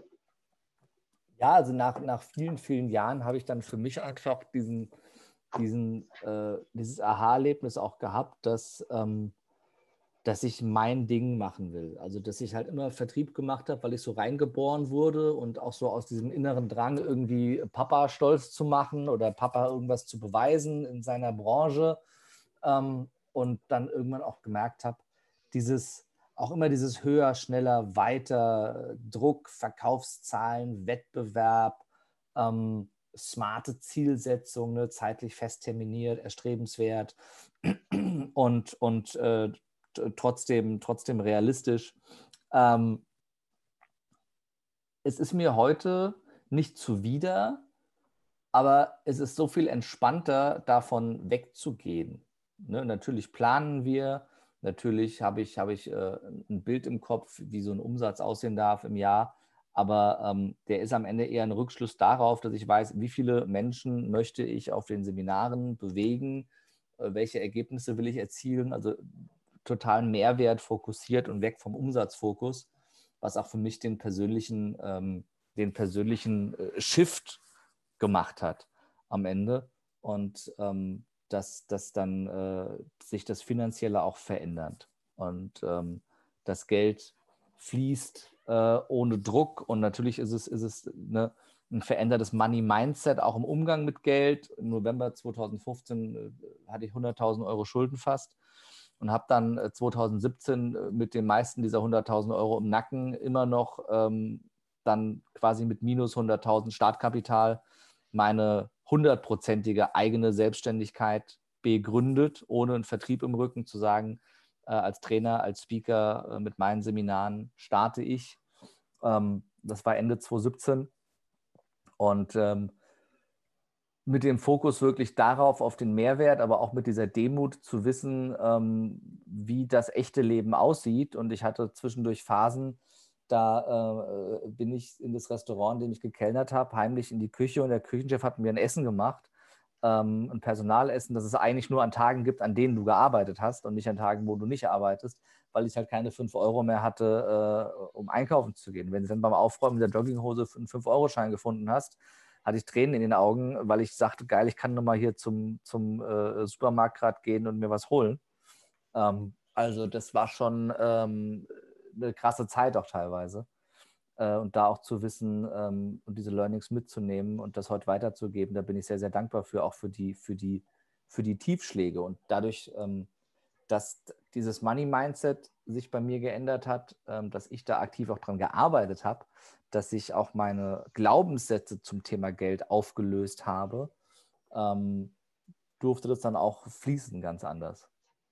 Ja, also nach, nach vielen, vielen Jahren habe ich dann für mich einfach diesen, diesen, äh, dieses Aha-Erlebnis auch gehabt, dass, ähm, dass ich mein Ding machen will. Also dass ich halt immer Vertrieb gemacht habe, weil ich so reingeboren wurde und auch so aus diesem inneren Drang, irgendwie Papa stolz zu machen oder Papa irgendwas zu beweisen in seiner Branche. Ähm, und dann irgendwann auch gemerkt habe, dieses auch immer dieses höher, schneller, weiter, Druck, Verkaufszahlen, Wettbewerb, ähm, smarte Zielsetzung, ne, zeitlich fest terminiert, erstrebenswert und, und äh, trotzdem, trotzdem realistisch. Ähm, es ist mir heute nicht zuwider, aber es ist so viel entspannter, davon wegzugehen. Ne, natürlich planen wir, natürlich habe ich, habe ich äh, ein Bild im Kopf, wie so ein Umsatz aussehen darf im Jahr, aber ähm, der ist am Ende eher ein Rückschluss darauf, dass ich weiß, wie viele Menschen möchte ich auf den Seminaren bewegen, äh, welche Ergebnisse will ich erzielen, also total Mehrwert fokussiert und weg vom Umsatzfokus, was auch für mich den persönlichen, ähm, den persönlichen äh, Shift gemacht hat am Ende und ähm, dass, dass dann äh, sich das Finanzielle auch verändert und ähm, das Geld fließt äh, ohne Druck und natürlich ist es, ist es eine, ein verändertes Money-Mindset auch im Umgang mit Geld. Im November zweitausendfünfzehn äh, hatte ich hunderttausend Euro Schulden fast und habe dann äh, zweitausendsiebzehn äh, mit den meisten dieser hunderttausend Euro im Nacken immer noch ähm, dann quasi mit minus hunderttausend Startkapital meine hundertprozentige eigene Selbstständigkeit begründet, ohne einen Vertrieb im Rücken zu sagen, äh, als Trainer, als Speaker äh, mit meinen Seminaren starte ich. Ähm, das war Ende zweitausendsiebzehn und ähm, mit dem Fokus wirklich darauf, auf den Mehrwert, aber auch mit dieser Demut zu wissen, ähm, wie das echte Leben aussieht. Und ich hatte zwischendurch Phasen, da äh, bin ich in das Restaurant, in dem ich gekellnert habe, heimlich in die Küche und der Küchenchef hat mir ein Essen gemacht, ähm, ein Personalessen, das es eigentlich nur an Tagen gibt, an denen du gearbeitet hast und nicht an Tagen, wo du nicht arbeitest, weil ich halt keine fünf Euro mehr hatte, äh, um einkaufen zu gehen. Wenn du dann beim Aufräumen der Jogginghose einen fünf Euro Schein gefunden hast, hatte ich Tränen in den Augen, weil ich sagte, geil, ich kann nochmal hier zum, zum äh, Supermarkt gerade gehen und mir was holen. Ähm, also das war schon ähm, eine krasse Zeit auch teilweise. Äh, und da auch zu wissen ähm, und diese Learnings mitzunehmen und das heute weiterzugeben, da bin ich sehr, sehr dankbar für, auch für die, für die, für die Tiefschläge. Und dadurch, ähm, dass dieses Money-Mindset sich bei mir geändert hat, ähm, dass ich da aktiv auch dran gearbeitet habe, dass ich auch meine Glaubenssätze zum Thema Geld aufgelöst habe, ähm, durfte das dann auch fließen ganz anders.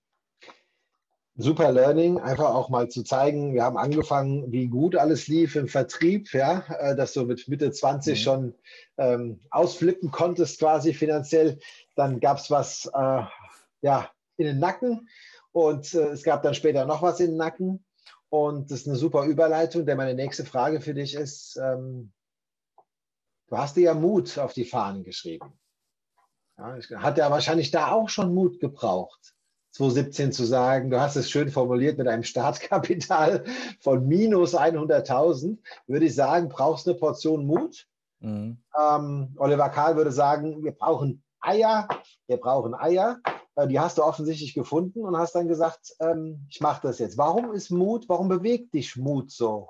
Super Learning, einfach auch mal zu zeigen, wir haben angefangen, wie gut alles lief im Vertrieb, ja, äh, dass du mit Mitte zwanzig Mhm. schon ähm, ausflippen konntest quasi finanziell. Dann gab es was, äh, ja, in den Nacken und äh, es gab dann später noch was in den Nacken. Und das ist eine super Überleitung, denn meine nächste Frage für dich ist, ähm, du hast dir ja Mut auf die Fahnen geschrieben. Ja, hat ja wahrscheinlich da auch schon Mut gebraucht, zwanzig siebzehn zu sagen, du hast es schön formuliert mit einem Startkapital von minus hunderttausend, würde ich sagen, brauchst eine Portion Mut. Mhm. Ähm, Oliver Kahl würde sagen, wir brauchen Eier, wir brauchen Eier. Äh, die hast du offensichtlich gefunden und hast dann gesagt, ähm, ich mache das jetzt. Warum ist Mut, warum bewegt dich Mut so?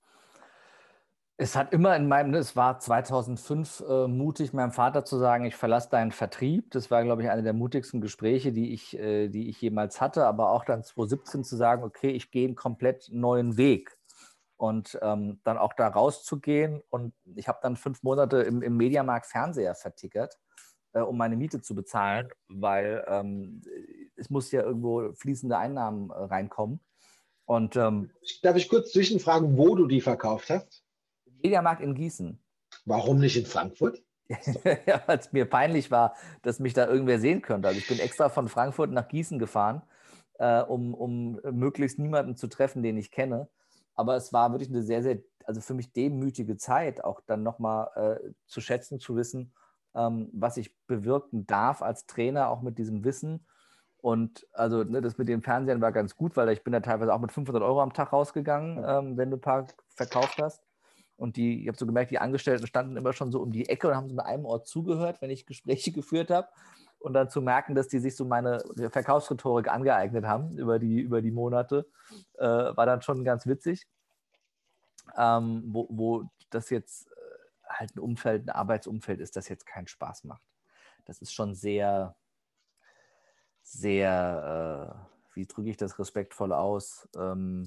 Es hat immer in meinem, es war zweitausendfünf äh, mutig, meinem Vater zu sagen, ich verlasse deinen Vertrieb. Das war, glaube ich, eine der mutigsten Gespräche, die ich, äh, die ich jemals hatte. Aber auch dann zwanzig siebzehn zu sagen, okay, ich gehe einen komplett neuen Weg. Und ähm, dann auch da rauszugehen. Und ich habe dann fünf Monate im, im Mediamarkt Fernseher vertickert, äh, um meine Miete zu bezahlen, weil ähm, es muss ja irgendwo fließende Einnahmen äh, reinkommen. Und, ähm, Darf ich kurz zwischenfragen, wo du die verkauft hast? Mediamarkt in Gießen. Warum nicht in Frankfurt? Ja, weil es mir peinlich war, dass mich da irgendwer sehen könnte. Also ich bin extra von Frankfurt nach Gießen gefahren, äh, um, um möglichst niemanden zu treffen, den ich kenne. Aber es war wirklich eine sehr, sehr, also für mich demütige Zeit, auch dann nochmal äh, zu schätzen, zu wissen, ähm, was ich bewirken darf als Trainer, auch mit diesem Wissen. Und also ne, das mit den Fernsehern war ganz gut, weil ich bin da teilweise auch mit fünfhundert Euro am Tag rausgegangen, ähm, wenn du ein paar verkauft hast. Und die, ich habe so gemerkt, die Angestellten standen immer schon so um die Ecke und haben so mit einem Ohr zugehört, wenn ich Gespräche geführt habe. Und dann zu merken, dass die sich so meine Verkaufsrhetorik angeeignet haben über die, über die Monate, äh, war dann schon ganz witzig. Ähm, wo, wo das jetzt halt ein Umfeld, ein Arbeitsumfeld ist, das jetzt keinen Spaß macht. Das ist schon sehr, sehr, äh, wie drücke ich das respektvoll aus, ähm,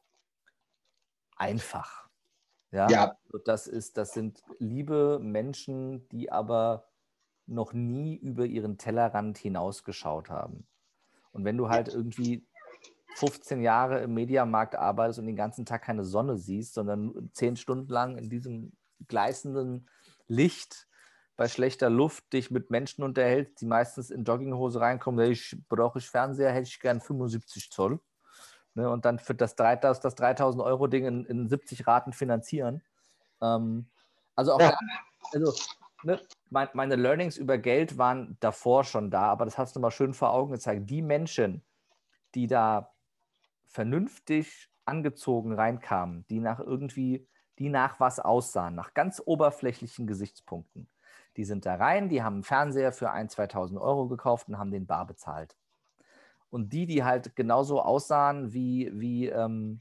einfach. Ja, ja. das ist, das sind liebe Menschen, die aber noch nie über ihren Tellerrand hinausgeschaut haben. Und wenn du halt irgendwie fünfzehn Jahre im Mediamarkt arbeitest und den ganzen Tag keine Sonne siehst, sondern zehn Stunden lang in diesem gleißenden Licht bei schlechter Luft dich mit Menschen unterhältst, die meistens in Jogginghose reinkommen, ich brauche ich Fernseher, hätte ich gern fünfundsiebzig Zoll. Ne, und dann für das dreitausend, das dreitausend Euro Ding in, in siebzig Raten finanzieren. Ähm, also auch ja. da, also ne, mein, meine Learnings über Geld waren davor schon da, aber das hast du mal schön vor Augen gezeigt. Die Menschen, die da vernünftig angezogen reinkamen, die nach irgendwie, die nach was aussahen, nach ganz oberflächlichen Gesichtspunkten, die sind da rein, die haben einen Fernseher für eintausend, zweitausend Euro gekauft und haben den bar bezahlt. Und die, die halt genauso aussahen wie, wie ähm,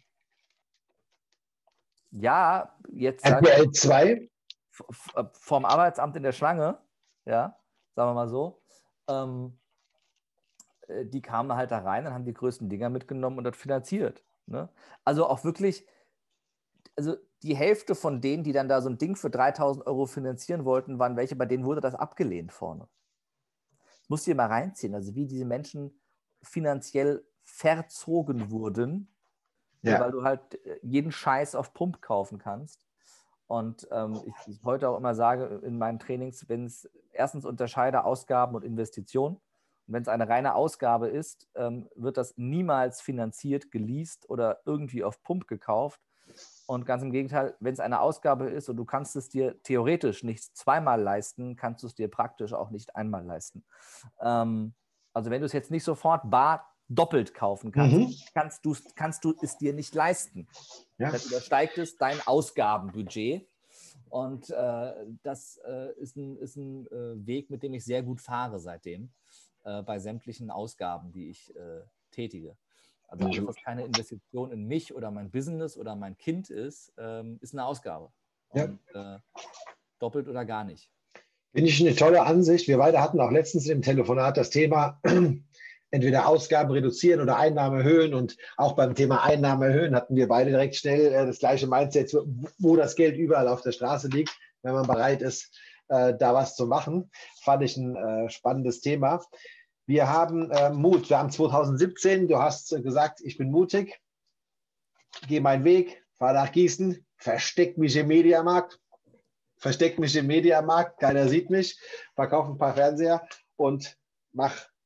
ja, jetzt R T L zwei vom Arbeitsamt in der Schlange, ja, sagen wir mal so, ähm, die kamen halt da rein und haben die größten Dinger mitgenommen und das finanziert. Ne? Also auch wirklich, also die Hälfte von denen, die dann da so ein Ding für dreitausend Euro finanzieren wollten, waren welche, bei denen wurde das abgelehnt vorne. Das musst du dir mal reinziehen, also wie diese Menschen finanziell verzogen wurden, ja. Weil du halt jeden Scheiß auf Pump kaufen kannst. Und ähm, ich, ich heute auch immer sage in meinen Trainings, wenn es erstens unterscheide Ausgaben und Investitionen. Und wenn es eine reine Ausgabe ist, ähm, wird das niemals finanziert, geleast oder irgendwie auf Pump gekauft. Und ganz im Gegenteil, wenn es eine Ausgabe ist und du kannst es dir theoretisch nicht zweimal leisten, kannst du es dir praktisch auch nicht einmal leisten. Ähm, also wenn du es jetzt nicht sofort bar doppelt kaufen kannst, mhm. kannst, du, kannst du es dir nicht leisten. Ja. Dann übersteigt es dein Ausgabenbudget. Und äh, das äh, ist ein, ist ein äh, Weg, mit dem ich sehr gut fahre seitdem, äh, bei sämtlichen Ausgaben, die ich äh, tätige. Also alles, was keine Investition in mich oder mein Business oder mein Kind ist, ähm, ist eine Ausgabe. Und ja. äh, doppelt oder gar nicht. Finde ich eine tolle Ansicht. Wir beide hatten auch letztens im Telefonat das Thema, entweder Ausgaben reduzieren oder Einnahmen erhöhen. Und auch beim Thema Einnahmen erhöhen hatten wir beide direkt schnell äh, das gleiche Mindset, wo das Geld überall auf der Straße liegt, wenn man bereit ist, äh, da was zu machen. Fand ich ein äh, spannendes Thema. Wir haben äh, Mut. Wir haben zwanzig siebzehn. Du hast äh, gesagt, ich bin mutig, gehe meinen Weg, fahre nach Gießen, versteck mich im Mediamarkt, versteck mich im Mediamarkt, keiner sieht mich, verkaufe ein paar Fernseher und mach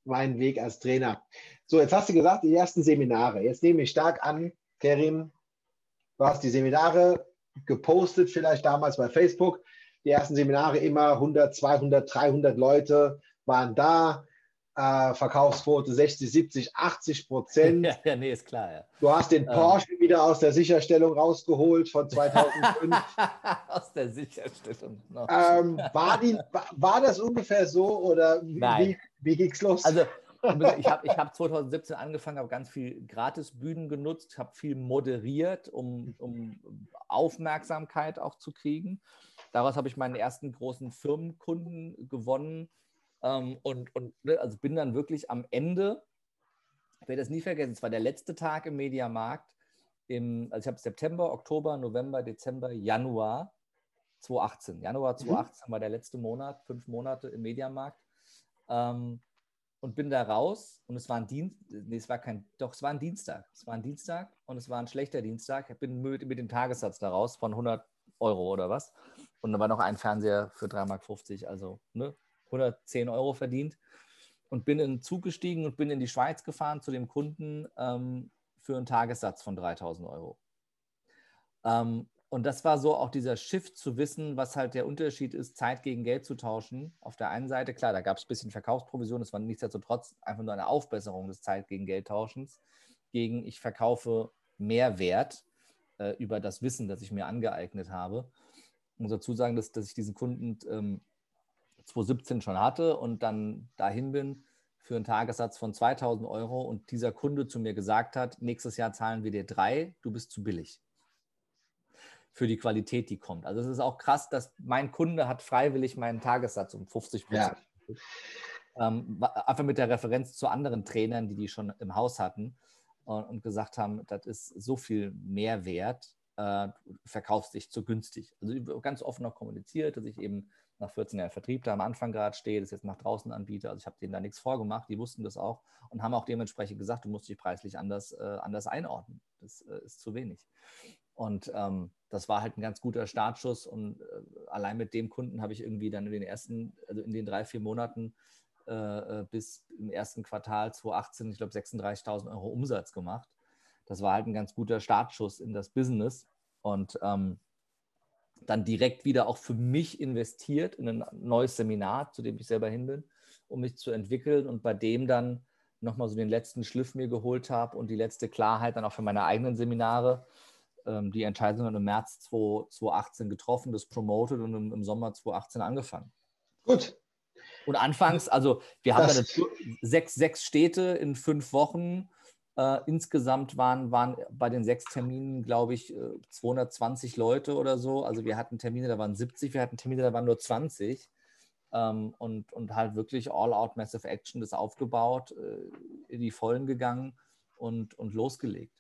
meinen Weg als Trainer. So, jetzt hast du gesagt, die ersten Seminare. Jetzt nehme ich stark an, Kerim, du hast die Seminare gepostet, vielleicht damals bei Facebook. Die ersten Seminare immer hundert, zweihundert, dreihundert Leute waren da. Äh, Verkaufsquote sechzig, siebzig, achtzig Prozent. Ja, ja, nee, ist klar, ja. Du hast den Porsche ähm, wieder aus der Sicherstellung rausgeholt von zweitausendfünf. Aus der Sicherstellung. No. Ähm, war, die, war das ungefähr so oder Nein. wie, wie ging es los? Also ich habe ich hab zwanzig siebzehn angefangen, habe ganz viel Gratisbühnen genutzt, habe viel moderiert, um, um Aufmerksamkeit auch zu kriegen. Daraus habe ich meinen ersten großen Firmenkunden gewonnen. Ähm, und, und also bin dann wirklich am Ende, ich werde das nie vergessen, es war der letzte Tag im Mediamarkt, im, also ich habe September, Oktober, November, Dezember, Januar zweitausendachtzehn. Januar zweitausendachtzehn mhm. war der letzte Monat, fünf Monate im Mediamarkt. Ähm, und bin da raus und es war ein Dienst, nee, es war kein, doch, es war ein Dienstag. Es war ein Dienstag und es war ein schlechter Dienstag. Ich bin mit, mit dem Tagessatz da raus von hundert Euro oder was. Und da war noch ein Fernseher für drei Mark fünfzig, also ne, hundertzehn Euro verdient. Und bin in den Zug gestiegen und bin in die Schweiz gefahren zu dem Kunden ähm, für einen Tagessatz von dreitausend Euro. Ähm, und das war so auch dieser Shift zu wissen, was halt der Unterschied ist, Zeit gegen Geld zu tauschen. Auf der einen Seite, klar, da gab es ein bisschen Verkaufsprovision, das war nichtsdestotrotz einfach nur eine Aufbesserung des Zeit gegen Geld Tauschens, gegen ich verkaufe Mehrwert äh, über das Wissen, das ich mir angeeignet habe. Ich muss dazu sagen, dass, dass ich diesen Kunden ähm, zwanzig siebzehn schon hatte und dann dahin bin für einen Tagessatz von zweitausend Euro und dieser Kunde zu mir gesagt hat, nächstes Jahr zahlen wir dir drei, du bist zu billig für die Qualität, die kommt. Also es ist auch krass, dass mein Kunde hat freiwillig meinen Tagessatz um fünfzig Prozent. Ja. Ähm, einfach mit der Referenz zu anderen Trainern, die die schon im Haus hatten und, und gesagt haben, das ist so viel Mehrwert, äh, du verkaufst dich zu günstig. Also ganz offen noch kommuniziert, dass ich eben nach vierzehn Jahren Vertrieb da am Anfang gerade stehe, das jetzt nach draußen anbiete. Also ich habe denen da nichts vorgemacht, die wussten das auch und haben auch dementsprechend gesagt, du musst dich preislich anders, äh, anders einordnen. Das äh, ist zu wenig. Und ähm, das war halt ein ganz guter Startschuss und äh, allein mit dem Kunden habe ich irgendwie dann in den ersten, also in den drei, vier Monaten äh, bis im ersten Quartal zweitausendachtzehn, ich glaube sechsunddreißigtausend Euro Umsatz gemacht. Das war halt ein ganz guter Startschuss in das Business und ähm, dann direkt wieder auch für mich investiert in ein neues Seminar, zu dem ich selber hin bin, um mich zu entwickeln und bei dem dann nochmal so den letzten Schliff mir geholt habe und die letzte Klarheit dann auch für meine eigenen Seminare. Die Entscheidung dann im März zweitausendachtzehn getroffen, das promoted und im, im Sommer zweitausendachtzehn angefangen. Gut. Und anfangs, also wir haben dann sechs, sechs Städte in fünf Wochen. Äh, insgesamt waren, waren bei den sechs Terminen, glaube ich, zweihundertzwanzig Leute oder so. Also wir hatten Termine, da waren siebzig, wir hatten Termine, da waren nur zwanzig. Ähm, und, und halt wirklich All-Out Massive Action, das aufgebaut, äh, in die Vollen gegangen und, und losgelegt.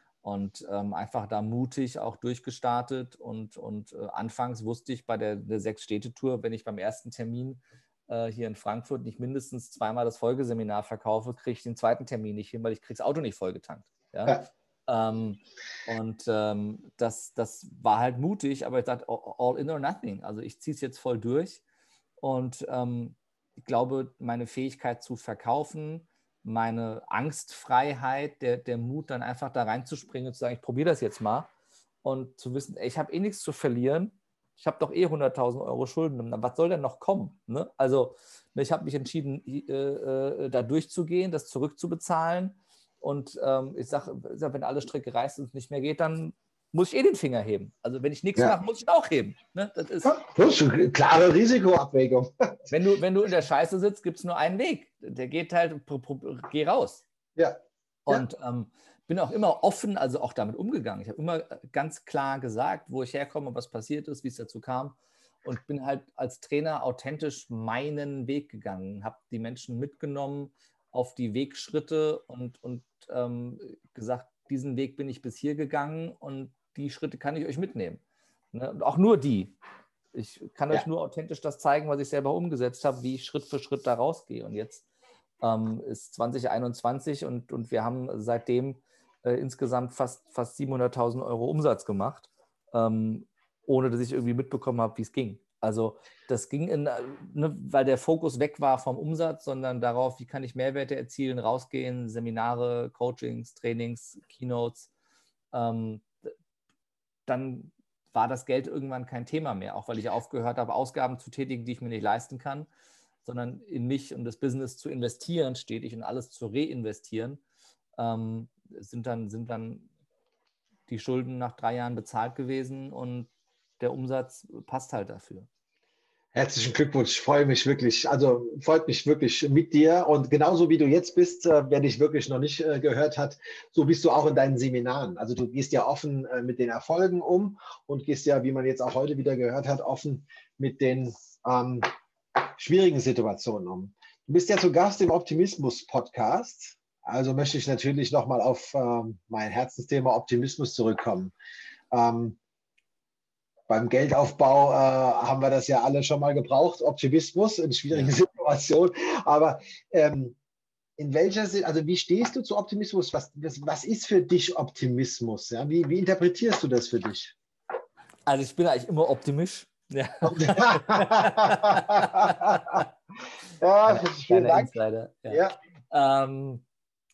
Und ähm, einfach da mutig auch durchgestartet und, und äh, anfangs wusste ich bei der, der Sechs-Städte-Tour, wenn ich beim ersten Termin äh, hier in Frankfurt nicht mindestens zweimal das Folgeseminar verkaufe, kriege ich den zweiten Termin nicht hin, weil ich kriege das Auto nicht vollgetankt. Ja? Ja. Ähm, und ähm, das, das war halt mutig, aber ich dachte, all in or nothing. Also ich ziehe es jetzt voll durch und ähm, ich glaube, meine Fähigkeit zu verkaufen, meine Angstfreiheit, der, der Mut, dann einfach da reinzuspringen und zu sagen, ich probiere das jetzt mal und zu wissen, ey, ich habe eh nichts zu verlieren, ich habe doch eh hunderttausend Euro Schulden, was soll denn noch kommen? Ne? Also ich habe mich entschieden, äh, äh, da durchzugehen, das zurückzubezahlen und ähm, ich sage, wenn alle Stricke reißt und es nicht mehr geht, dann muss ich eh den Finger heben. Also wenn ich nichts ja. mache, muss ich auch heben. Ne? Das ist, ja, das ist eine klare Risikoabwägung. Wenn du, wenn du in der Scheiße sitzt, gibt es nur einen Weg. Der geht halt, geh raus. Ja. Und ja. ähm, bin auch immer offen, also auch damit umgegangen. Ich habe immer ganz klar gesagt, wo ich herkomme, was passiert ist, wie es dazu kam. Und bin halt als Trainer authentisch meinen Weg gegangen, habe die Menschen mitgenommen auf die Wegschritte und, und ähm, gesagt, diesen Weg bin ich bis hier gegangen und die Schritte kann ich euch mitnehmen. Ne? Und auch nur die. Ich kann ja. euch nur authentisch das zeigen, was ich selber umgesetzt habe, wie ich Schritt für Schritt da rausgehe. Und jetzt ähm, ist zwanzig einundzwanzig und, und wir haben seitdem äh, insgesamt fast, fast siebenhunderttausend Euro Umsatz gemacht, ähm, ohne dass ich irgendwie mitbekommen habe, wie es ging. Also das ging, in, ne, weil der Fokus weg war vom Umsatz, sondern darauf, wie kann ich Mehrwerte erzielen, rausgehen, Seminare, Coachings, Trainings, Keynotes. Ähm, dann war das Geld irgendwann kein Thema mehr, auch weil ich aufgehört habe, Ausgaben zu tätigen, die ich mir nicht leisten kann, sondern in mich und das Business zu investieren, stetig und alles zu reinvestieren, ähm, sind, dann, sind dann die Schulden nach drei Jahren bezahlt gewesen und der Umsatz passt halt dafür. Herzlichen Glückwunsch, ich freue mich wirklich, also freut mich wirklich mit dir und genauso wie du jetzt bist, äh, wer dich wirklich noch nicht äh, gehört hat, so bist du auch in deinen Seminaren. Also du gehst ja offen äh, mit den Erfolgen um und gehst ja, wie man jetzt auch heute wieder gehört hat, offen mit den ähm, schwierigen Situationen um. Du bist ja zu Gast im Optimismus-Podcast, also möchte ich natürlich nochmal auf ähm, mein Herzensthema Optimismus zurückkommen. Ähm, Beim Geldaufbau äh, haben wir das ja alle schon mal gebraucht, Optimismus in schwierigen ja. Situationen. Aber ähm, in welcher, also wie stehst du zu Optimismus? Was, was, was ist für dich Optimismus? Ja? Wie, wie interpretierst du das für dich? Also ich bin eigentlich immer optimistisch. Ja, ja vielen Dank. Insider, ja. Ja. Ähm,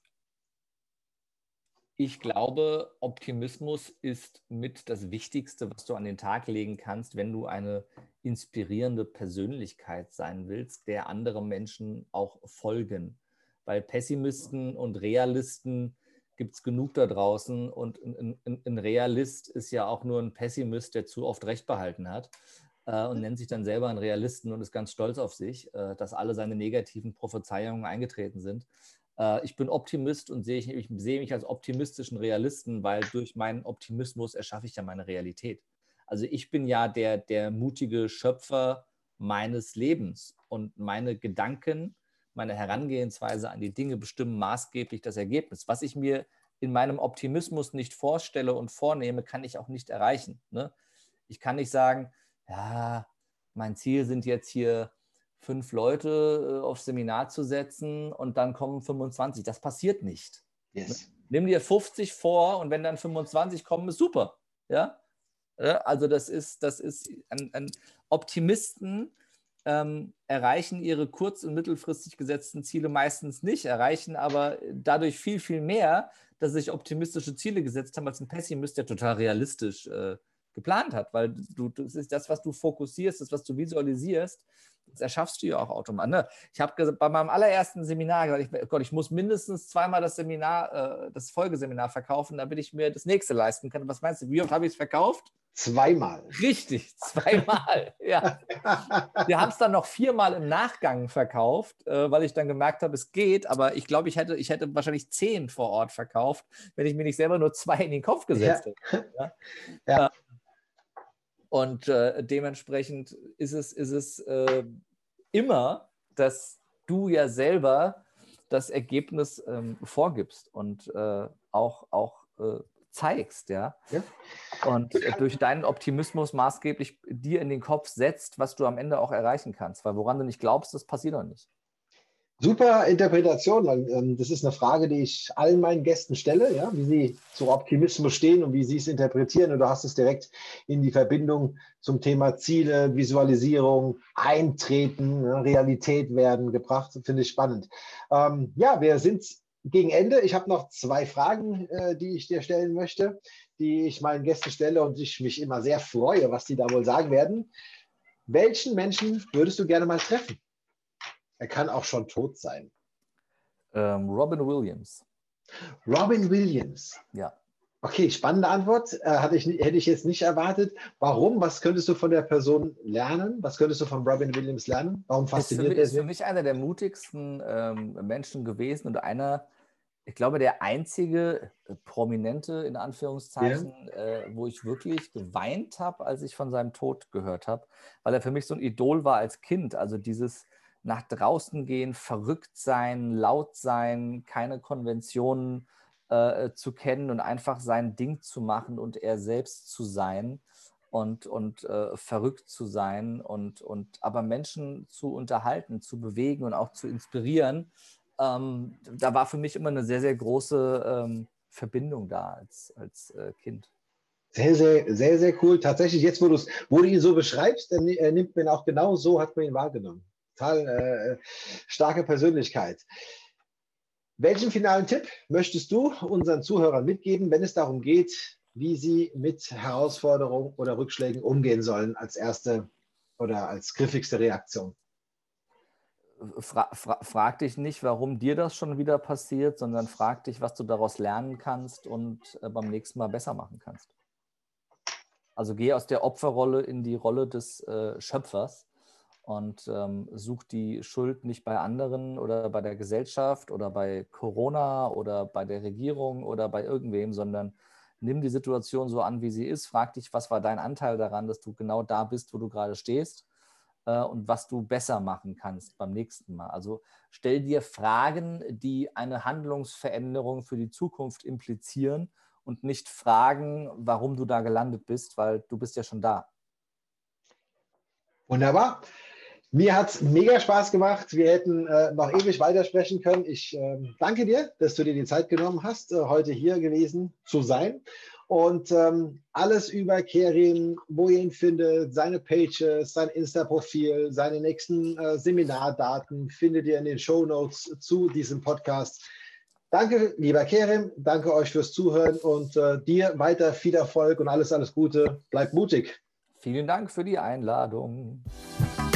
Ich glaube, Optimismus ist mit das Wichtigste, was du an den Tag legen kannst, wenn du eine inspirierende Persönlichkeit sein willst, der andere Menschen auch folgen. Weil Pessimisten und Realisten gibt es genug da draußen und ein, ein, ein Realist ist ja auch nur ein Pessimist, der zu oft Recht behalten hat äh, und nennt sich dann selber einen Realisten und ist ganz stolz auf sich, äh, dass alle seine negativen Prophezeiungen eingetreten sind. Ich bin Optimist und sehe ich, ich sehe mich als optimistischen Realisten, weil durch meinen Optimismus erschaffe ich ja meine Realität. Also ich bin ja der, der mutige Schöpfer meines Lebens und meine Gedanken, meine Herangehensweise an die Dinge bestimmen maßgeblich das Ergebnis. Was ich mir in meinem Optimismus nicht vorstelle und vornehme, kann ich auch nicht erreichen. Ne? Ich kann nicht sagen, ja, mein Ziel sind jetzt hier fünf Leute aufs Seminar zu setzen und dann kommen fünfundzwanzig. Das passiert nicht. Yes. Nimm dir fünfzig vor und wenn dann fünfundzwanzig kommen, ist super. Ja? Also das ist, das ist ein, ein Optimisten ähm, erreichen ihre kurz- und mittelfristig gesetzten Ziele meistens nicht, erreichen aber dadurch viel, viel mehr, dass sie sich optimistische Ziele gesetzt haben, als ein Pessimist, der total realistisch äh, geplant hat, weil du, das ist das, was du fokussierst, das, was du visualisierst, das erschaffst du ja auch automatisch. Ne? Ich habe bei meinem allerersten Seminar gesagt, ich, Gott, ich muss mindestens zweimal das Seminar, äh, das Folgeseminar verkaufen, damit ich mir das nächste leisten kann. Was meinst du, wie oft habe ich es verkauft? Zweimal. Richtig, zweimal. Ja. Wir haben es dann noch viermal im Nachgang verkauft, äh, weil ich dann gemerkt habe, es geht, aber ich glaube, ich hätte, ich hätte wahrscheinlich zehn vor Ort verkauft, wenn ich mir nicht selber nur zwei in den Kopf gesetzt ja. hätte. Ja? Ja. Äh, Und äh, dementsprechend ist es, ist es äh, immer, dass du ja selber das Ergebnis ähm, vorgibst und äh, auch, auch äh, zeigst, ja. ja. Und äh, durch deinen Optimismus maßgeblich dir in den Kopf setzt, was du am Ende auch erreichen kannst. Weil woran du nicht glaubst, das passiert doch nicht. Super Interpretation, weil ähm, das ist eine Frage, die ich allen meinen Gästen stelle, ja, wie sie zu Optimismus stehen und wie sie es interpretieren. Und du hast es direkt in die Verbindung zum Thema Ziele, Visualisierung, Eintreten, ja, Realität werden gebracht. Finde ich spannend. Ähm, ja, wir sind gegen Ende. Ich habe noch zwei Fragen, äh, die ich dir stellen möchte, die ich meinen Gästen stelle und ich mich immer sehr freue, was die da wohl sagen werden. Welchen Menschen würdest du gerne mal treffen? Er kann auch schon tot sein. Ähm, Robin Williams. Robin Williams. Ja. Okay, spannende Antwort. Äh, hatte ich, hätte ich jetzt nicht erwartet. Warum? Was könntest du von der Person lernen? Was könntest du von Robin Williams lernen? Warum fasziniert er er dich? Ist für mich einer der mutigsten ähm, Menschen gewesen und einer, ich glaube, der einzige äh, Prominente, in Anführungszeichen, ja. äh, wo ich wirklich geweint habe, als ich von seinem Tod gehört habe, weil er für mich so ein Idol war als Kind. Also dieses nach draußen gehen, verrückt sein, laut sein, keine Konventionen äh, zu kennen und einfach sein Ding zu machen und er selbst zu sein und, und äh, verrückt zu sein und, und aber Menschen zu unterhalten, zu bewegen und auch zu inspirieren. Ähm, da war für mich immer eine sehr, sehr große ähm, Verbindung da als, als äh, Kind. Sehr, sehr, sehr, sehr cool. Tatsächlich, jetzt, wo, du's, wo du ihn so beschreibst, dann äh, nimmt man ihn auch genau so, hat man ihn wahrgenommen. Total äh, starke Persönlichkeit. Welchen finalen Tipp möchtest du unseren Zuhörern mitgeben, wenn es darum geht, wie sie mit Herausforderungen oder Rückschlägen umgehen sollen als erste oder als griffigste Reaktion? Fra fra frag dich nicht, warum dir das schon wieder passiert, sondern frag dich, was du daraus lernen kannst und äh, beim nächsten Mal besser machen kannst. Also geh aus der Opferrolle in die Rolle des äh, Schöpfers und ähm, such die Schuld nicht bei anderen oder bei der Gesellschaft oder bei Corona oder bei der Regierung oder bei irgendwem, sondern nimm die Situation so an, wie sie ist. Frag dich, was war dein Anteil daran, dass du genau da bist, wo du gerade stehst äh, und was du besser machen kannst beim nächsten Mal. Also stell dir Fragen, die eine Handlungsveränderung für die Zukunft implizieren und nicht fragen, warum du da gelandet bist, weil du bist ja schon da. Wunderbar. Mir hat es mega Spaß gemacht. Wir hätten äh, noch ewig weitersprechen können. Ich äh, danke dir, dass du dir die Zeit genommen hast, äh, heute hier gewesen zu sein. Und ähm, alles über Kerim, wo ihr ihn findet, seine Pages, sein Insta-Profil, seine nächsten äh, Seminardaten findet ihr in den Shownotes zu diesem Podcast. Danke, lieber Kerim. Danke euch fürs Zuhören und äh, dir weiter viel Erfolg und alles, alles Gute. Bleib mutig. Vielen Dank für die Einladung.